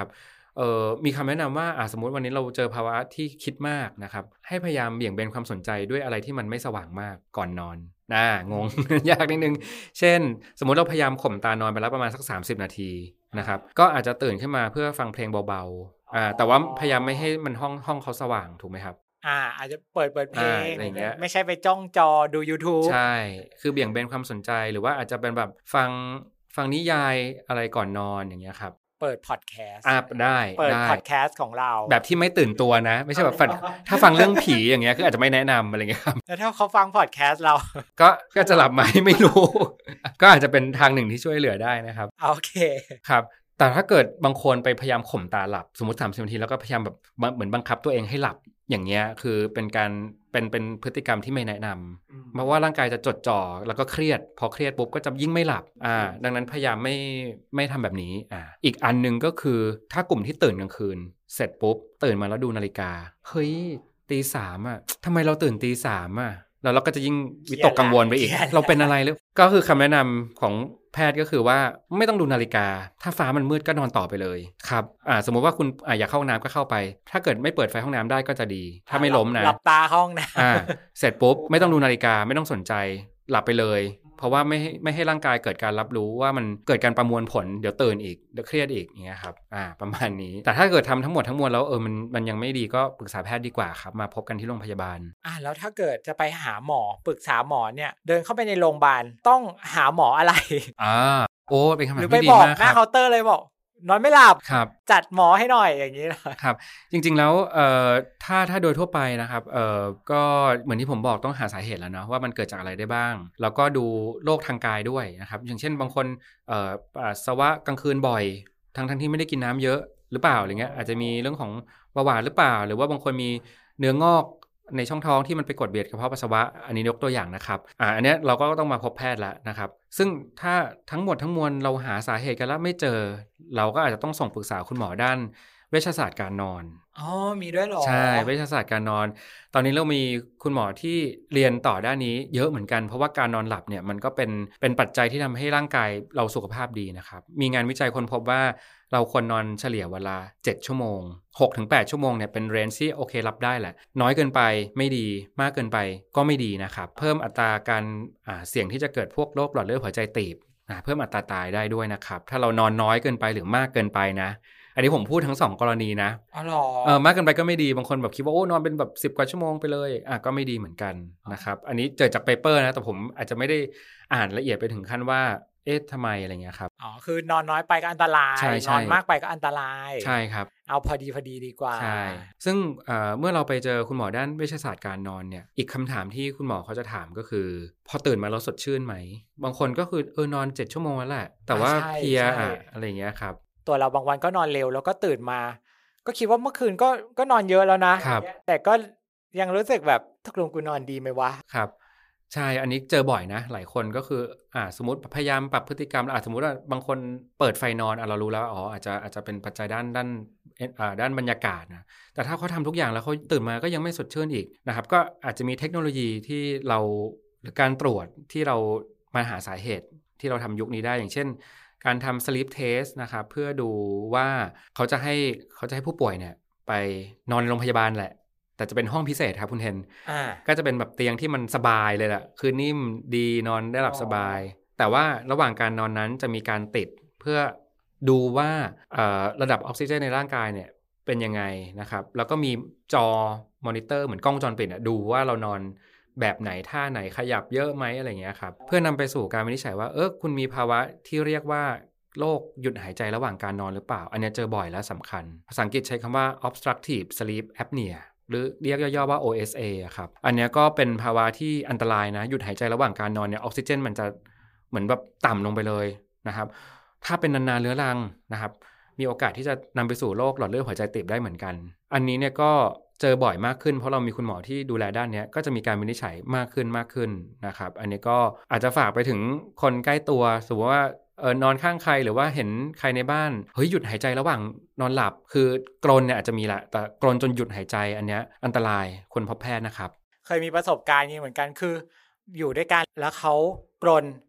มีคำแนะนำว่าสมมติวันนี้เราเจอภาวะที่คิดมากนะครับให้พยายามเบี่ยงเบนความสนใจด้วยอะไรที่มันไม่สว่างมากก่อนนอนงง ยากนิดนึงเช่นสมมติเราพยายามข่มตานอนไปแล้วประมาณสัก30นาทีนะครับก็อาจจะตื่นขึ้นมาเพื่อฟังเพลงเบาๆแต่ว่าพยายามไม่ให้มันห้องเขาสว่างถูกไหมครับอาจจะเปิดเพลงอะไรอย่างเงี้ยไม่ใช่ไปจ้องจอดู YouTube ใช่คือเบี่ยงเบนความสนใจหรือว่าอาจจะเป็นแบบฟังนิยายอะไรก่อนนอนอย่างเงี้ยครับเปิดพอดแคสต์ได้เปิดพอดแคสต์ของเราแบบที่ไม่ตื่นตัวนะไม่ใช่แบบถ้าฟังเรื่องผีอย่างเงี้ยคืออาจจะไม่แนะนำอะไรเงี้ยครับแล้วถ้าเขาฟังพอดแคสต์เราก็จะหลับไหมไม่รู้ ก็อาจจะเป็นทางหนึ่งที่ช่วยเหลือได้นะครับโอเคครับแต่ถ้าเกิดบางคนไปพยายามข่มตาหลับสมมติ30นาทีแล้วก็พยายามแบบเหมือนบังคับตัวเองให้หลับอย่างเงี้ยคือเป็นพฤติกรรมที่ไม่แนะนำเพราะว่าร่างกายจะจดจ่อแล้วก็เครียดพอเครียดปุ๊บก็จะยิ่งไม่หลับดังนั้นพยายามไม่ทำแบบนี้อีกอันนึงก็คือถ้ากลุ่มที่ตื่นกลางคืนเสร็จปุ๊บตื่นมาแล้วดูนาฬิกาเฮ้ยตี 3ทำไมเราตื่นตี 3แล้วเราก็จะยิ่งวิตกกังวลไปอีกเราเป็นอะไรหรือก็คือคำแนะนำของแพทย์ก็คือว่าไม่ต้องดูนาฬิกาถ้าฟ้ามันมืดก็นอนต่อไปเลยครับสมมติว่าคุณอยากเข้าห้องน้ำก็เข้าไปถ้าเกิดไม่เปิดไฟห้องน้ำได้ก็จะดีถ้าไม่ล้มนะหลับตาห้องน้ำเสร็จปุ๊บไม่ต้องดูนาฬิกาไม่ต้องสนใจหลับไปเลยเพราะว่าไม่ให้ร่างกายเกิดการรับรู้ว่ามันเกิดการประมวลผลเดี๋ยวตื่นอีกเดี๋ยวเครียดอีกอย่างเงี้ยครับประมาณนี้แต่ถ้าเกิดทำทั้งหมดทั้งมวลแล้วมันยังไม่ดีก็ปรึกษาแพทย์ดีกว่าครับมาพบกันที่โรงพยาบาลแล้วถ้าเกิดจะไปหาหมอปรึกษาหมอเนี่ยเดินเข้าไปในโรงพยาบาลต้องหาหมออะไรเป็นคำถามที่ดีมากครับหรือไปบอกหน้าเคาน์เตอร์เลยบอกนอนไม่หลับจัดหมอให้หน่อยอย่างนี้ครับจริงๆแล้วถ้าโดยทั่วไปนะครับก็เหมือนที่ผมบอกต้องหาสาเหตุแล้วเนาะว่ามันเกิดจากอะไรได้บ้างแล้วก็ดูโรคทางกายด้วยนะครับอย่างเช่นบางคนปัสสาวะกลางคืนบ่อยทั้งที่ไม่ได้กินน้ำเยอะหรือเปล่าอะไรเงี้ยอาจจะมีเรื่องของเบาหวานหรือเปล่าหรือว่าบางคนมีเนื้องอกในช่องท้องที่มันไปกดเบียดกระเพาะปัสสาวะอันนี้ยกตัวอย่างนะครับอันนี้เราก็ต้องมาพบแพทย์แล้วนะครับซึ่งถ้าทั้งหมดทั้งมวลเราหาสาเหตุกันแล้วไม่เจอเราก็อาจจะต้องส่งปรึกษาคุณหมอด้านเวชศาสตร์การนอนมีด้วยหรอใช่เวชศาสตร์การนอนตอนนี้เรามีคุณหมอที่เรียนต่อด้านนี้เยอะเหมือนกันเพราะว่าการนอนหลับเนี่ยมันก็เป็นปัจจัยที่ทำให้ร่างกายเราสุขภาพดีนะครับมีงานวิจัยค้นพบว่าเราควรนอนเฉลี่ยเวลา7ชั่วโมง 6-8 ชั่วโมงเนี่ยเป็นเรนจ์ที่โอเครับได้แหละน้อยเกินไปไม่ดีมากเกินไปก็ไม่ดีนะครับเพิ่มอัตราการเสี่ยงที่จะเกิดพวกโรคหลอดเลือดหัวใจตีบเพิ่มอัตราตายได้ด้วยนะครับถ้าเรานอนน้อยเกินไปหรือมากเกินไปนะอันนี้ผมพูดทั้ง2กรณีนะมากเกินไปก็ไม่ดีบางคนแบบคิดว่าโอ้นอนเป็นแบบ10กว่าชั่วโมงไปเลยก็ไม่ดีเหมือนกันนะครับอันนี้เจอจากเปเปอร์นะแต่ผมอาจจะไม่ได้อ่านละเอียดไปถึงขั้นว่าทำไมอะไรเงี้ยครับคือนอนน้อยไปก็อันตรายนอนมากไปก็อันตรายใช่ครับเอาพอดีดีกว่าใช่ซึ่งเมื่อเราไปเจอคุณหมอด้านเวชศาสตร์การนอนเนี่ยอีกคำถามที่คุณหมอเขาจะถามก็คือพอตื่นมาเราสดชื่นไหมบางคนก็คือนอน7ชั่วโมงแล้วแหละแต่ว่าเพลียอะไรเงี้ยครับตัวเราบางวันก็นอนเร็วแล้วก็ตื่นมาก็คิดว่าเมื่อคืนก็นอนเยอะแล้วนะแต่ก็ยังรู้สึกแบบตกลงกูนอนดีไหมวะครับใช่อันนี้เจอบ่อยนะหลายคนก็คือสมมติพยายามปรับพฤติกรรมสมมติว่าบางคนเปิดไฟนอนเรารู้แล้วอาจจะเป็นปัจจัยด้านบรรยากาศนะแต่ถ้าเขาทำทุกอย่างแล้วเขาตื่นมาก็ยังไม่สดชื่นอีกนะครับก็อาจจะมีเทคโนโลยีที่เราหรือการตรวจที่เรามาหาสาเหตุที่เราทำยุคนี้ได้อย่างเช่นการทำ sleep test นะครับเพื่อดูว่าเขาจะให้ผู้ป่วยเนี่ยไปนอนในโรงพยาบาลแหละแต่จะเป็นห้องพิเศษครับคุณเทนก็จะเป็นแบบเตียงที่มันสบายเลยแหละคือนิ่มดีนอนได้หลับสบายแต่ว่าระหว่างการนอนนั้นจะมีการติดเพื่อดูว่าระดับออกซิเจนในร่างกายเนี่ยเป็นยังไงนะครับแล้วก็มีจอมอนิเตอร์เหมือนกล้องวงจรปิดดูว่าเรานอนแบบไหนท่าไหนขยับเยอะไหมอะไรเงี้ยครับเพื่อนำไปสู่การวินิจฉัยว่าคุณมีภาวะที่เรียกว่าโรคหยุดหายใจระหว่างการนอนหรือเปล่าอันนี้เจอบ่อยและสำคัญภาษาอังกฤษใช้คำว่า obstructive sleep apnea หรือเรียกย่อๆว่า OSA ครับอันนี้ก็เป็นภาวะที่อันตรายนะหยุดหายใจระหว่างการนอนเนี่ยออกซิเจนมันจะเหมือนแบบต่ำลงไปเลยนะครับถ้าเป็นนานๆเรื้อรังนะครับมีโอกาสที่จะนำไปสู่โรคหลอดเลือดหัวใจตีบได้เหมือนกันอันนี้เนี่ยก็เจอบ่อยมากขึ้นเพราะเรามีคุณหมอที่ดูแลด้านนี้ก็จะมีการวินิจฉัยมากขึ้นนะครับอันนี้ก็อาจจะฝากไปถึงคนใกล้ตัวสมมติว่านอนข้างใครหรือว่าเห็นใครในบ้านหยุดหายใจระหว่างนอนหลับคือกรนเนี่ยอาจจะมีแหละแต่กรนจนหยุดหายใจอันนี้อันตรายควรพบแพทย์นะครับเคยมีประสบการณ์นี้เหมือนกันคืออยู่ด้วยกันแล้วเขากรน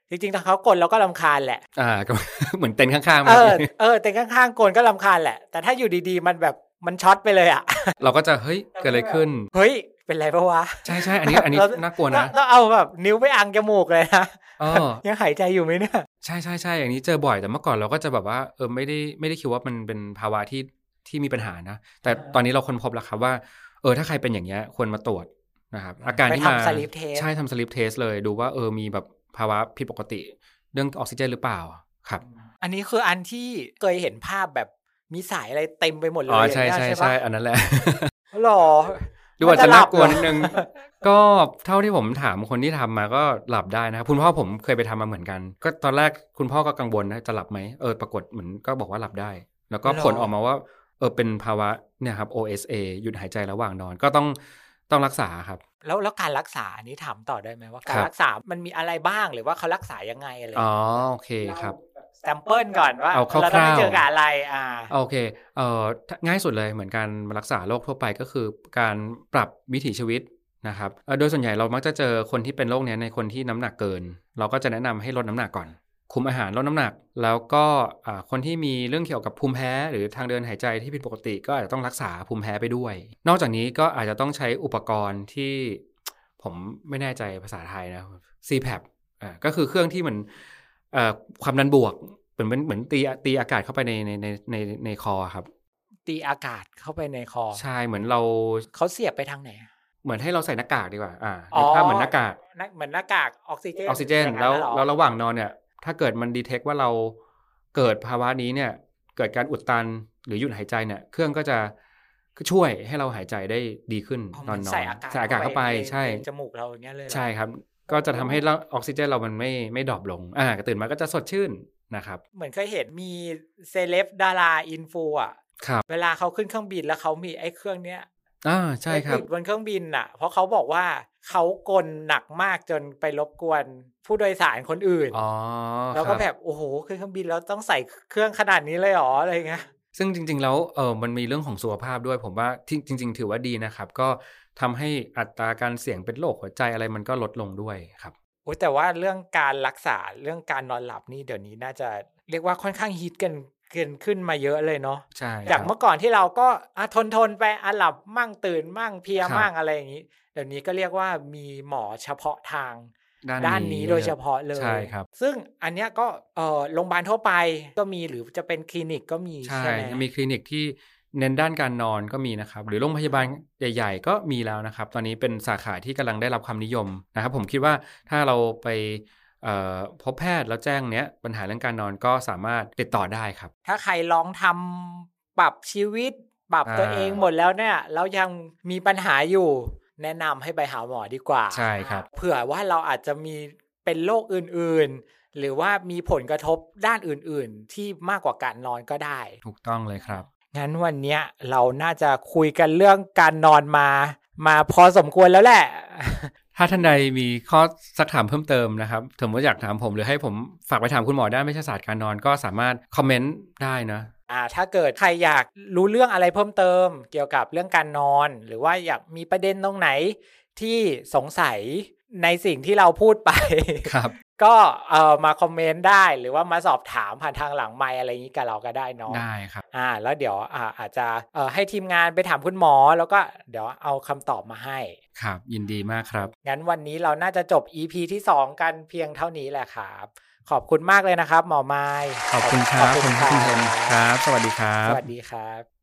จริงๆถ้าเขากลเราก็รำคาญแหละก็ เหมือนเต็นท์ข้างๆเต็นท์ข้างๆกลก็รำคาญแหละแต่ถ้าอยู่ดีๆมันแบบมันช็อตไปเลยอ่ะเราก็จะเฮ้ยเกิดอะไรขึ้นเฮ้ยเป็นไรปะวะใช่ๆอันนี้น่ากลัวนะต้องเอาแบบนิ้วไปอังจมูกเลยนะยังหายใจอยู่ไหมเนี่ยใช่ๆๆอย่างนี้เจอบ่อยแต่เมื่อก่อนเราก็จะแบบว่าไม่ได้คิดว่ามันเป็นภาวะที่มีปัญหานะแต่ตอนนี้เราค้นพบแล้วครับว่าถ้าใครเป็นอย่างเงี้ยควรมาตรวจนะครับอาการที่มาใช่ทำสลิปเทสเลยดูว่ามีแบบภาวะผิดปกติเรื่องออกซิเจนหรือเปล่าครับอันนี้คืออันที่เคยเห็นภาพแบบมีสายอะไรเต็มไปหมดเลยใช่อันนั้นแหละหรอดูอาจจะน่ากลัวนิดนึงก็เท่าที่ผมถามคนที่ทำมาก็หลับได้นะครับคุณพ่อผมเคยไปทำมาเหมือนกันก็ตอนแรกคุณพ่อก็กังวลนะจะหลับไหมปรากฏเหมือนก็บอกว่าหลับได้แล้วก็ผลออกมาว่าเป็นภาวะเนี่ยครับ OSA หยุดหายใจระหว่างนอนก็ต้องรักษาครับแล้วการรักษาอันนี้ถามต่อได้ไหมว่าการรักษามันมีอะไรบ้างหรือว่าเขารักษายังไงอะไรโอเคครับแซมเปิลก่อนว่าเราต้องเจอกับอะไรโอเคง่ายสุดเลยเหมือนการรักษาโรคทั่วไปก็คือการปรับวิถีชีวิตนะครับโดยส่วนใหญ่เรามักจะเจอคนที่เป็นโรคนี้ในคนที่น้ำหนักเกินเราก็จะแนะนำให้ลดน้ำหนักก่อนคุมอาหารลดน้ำหนักแล้วก็คนที่มีเรื่องเกี่ยวกับภูมิแพ้หรือทางเดินหายใจที่ผิดปกติก็อาจจะต้องรักษาภูมิแพ้ไปด้วยนอกจากนี้ก็อาจจะต้องใช้อุปกรณ์ที่ผมไม่แน่ใจภาษาไทยนะ CPAP ก็คือเครื่องที่เหมือนความดันบวกเหมือนตีอากาศเข้าไปในคอครับตีอากาศเข้าไปในคอใช่เหมือนเขาเสียบไปทางไหนเหมือนให้เราใส่หน้ากากดีกว่าภาพเหมือนหน้ากากเหมือนหน้ากากออกซิเจนแล้วระหว่างนอนเนี่ยถ้าเกิดมันดีเทคว่าเราเกิดภาวะนี้เนี่ยเกิดการอุดตันหรือหยุดหายใจเนี่ยเครื่องก็จะช่วยให้เราหายใจได้ดีขึ้นนอนใส่อากาศเข้าไปใช่จมูกเราอย่างเงี้ยเลยใช่ครับก็จะทำให้ออกซิเจนเรามันไม่ดรอปลงตื่นมาก็จะสดชื่นนะครับเหมือนเคยเห็นมีเซเลบดาราอินฟูเวลาเขาขึ้นเครื่องบินแล้วเขามีไอ้เครื่องเนี้ยใช่ครับบนเครื่องบินเพราะเขาบอกว่าเขากลหนักมากจนไปรบกวนผู้โดยสารคนอื่นแล้วก็แบบโอ้โหขึ้นเครื่องบินแล้วต้องใส่เครื่องขนาดนี้เลยหรออะไรเงี้ยซึ่งจริงๆแล้วมันมีเรื่องของสุขภาพด้วยผมว่าจริงๆถือว่าดีนะครับก็ทำให้อัตราการเสี่ยงเป็นโรคหัวใจอะไรมันก็ลดลงด้วยครับแต่ว่าเรื่องการรักษาเรื่องการนอนหลับนี่เดี๋ยวนี้น่าจะเรียกว่าค่อนข้างฮิตกันขึ้นมาเยอะเลยเนาะใช่จากเมื่อก่อนที่เราก็ทนไปหลับมั่งตื่นมั่งเพลียมั่งอะไรอย่างนี้เดี๋ยวนี้ก็เรียกว่ามีหมอเฉพาะทางด้านนี้โดยเฉพาะเลยใช่ครับซึ่งอันเนี้ยก็โรงพยาบาลทั่วไปก็มีหรือจะเป็นคลินิกก็มีใช่ไหมมีคลินิกที่เน้นด้านการนอนก็มีนะครับหรือโรงพยาบาลใหญ่ๆก็มีแล้วนะครับตอนนี้เป็นสาขาที่กำลังได้รับความนิยมนะครับผมคิดว่าถ้าเราไปพบแพทย์แล้วแจ้งเนี้ยปัญหาเรื่องการนอนก็สามารถติดต่อได้ครับถ้าใครลองทำปรับชีวิตปรับตัวเองหมดแล้วเนี่ยแล้วยังมีปัญหาอยู่แนะนำให้ไปหาหมอดีกว่าใช่ครับเผื่อว่าเราอาจจะมีเป็นโรคอื่นๆหรือว่ามีผลกระทบด้านอื่นๆที่มากกว่าการนอนก็ได้ถูกต้องเลยครับงั้นวันนี้เราน่าจะคุยกันเรื่องการนอนมาพอสมควรแล้วแหละถ้าท่านใดมีข้อซักถามเพิ่มเติมนะครับสมมติอยากถามผมหรือให้ผมฝากไปถามคุณหมอด้านเวชศาสตร์การนอนก็สามารถคอมเมนต์ได้นะถ้าเกิดใครอยากรู้เรื่องอะไรเพิ่มเติมเกี่ยวกับเรื่องการนอนหรือว่าอยากมีประเด็นตรงไหนที่สงสัยในสิ่งที่เราพูดไปครับก็มาคอมเมนต์ได้หรือว่ามาสอบถามผ่านทางหลังไมค์อะไรอย่างนี้กับเราก็ได้เนาะได้ครับแล้วเดี๋ยวอาจจะให้ทีมงานไปถามคุณหมอแล้วก็เดี๋ยวเอาคำตอบมาให้ครับยินดีมากครับงั้นวันนี้เราน่าจะจบ EP ที่2กันเพียงเท่านี้แหละครับขอบคุณมากเลยนะครับหมอไมค์ขอบคุณครับคุณเทนครับสวัสดีครับสวัสดีครับ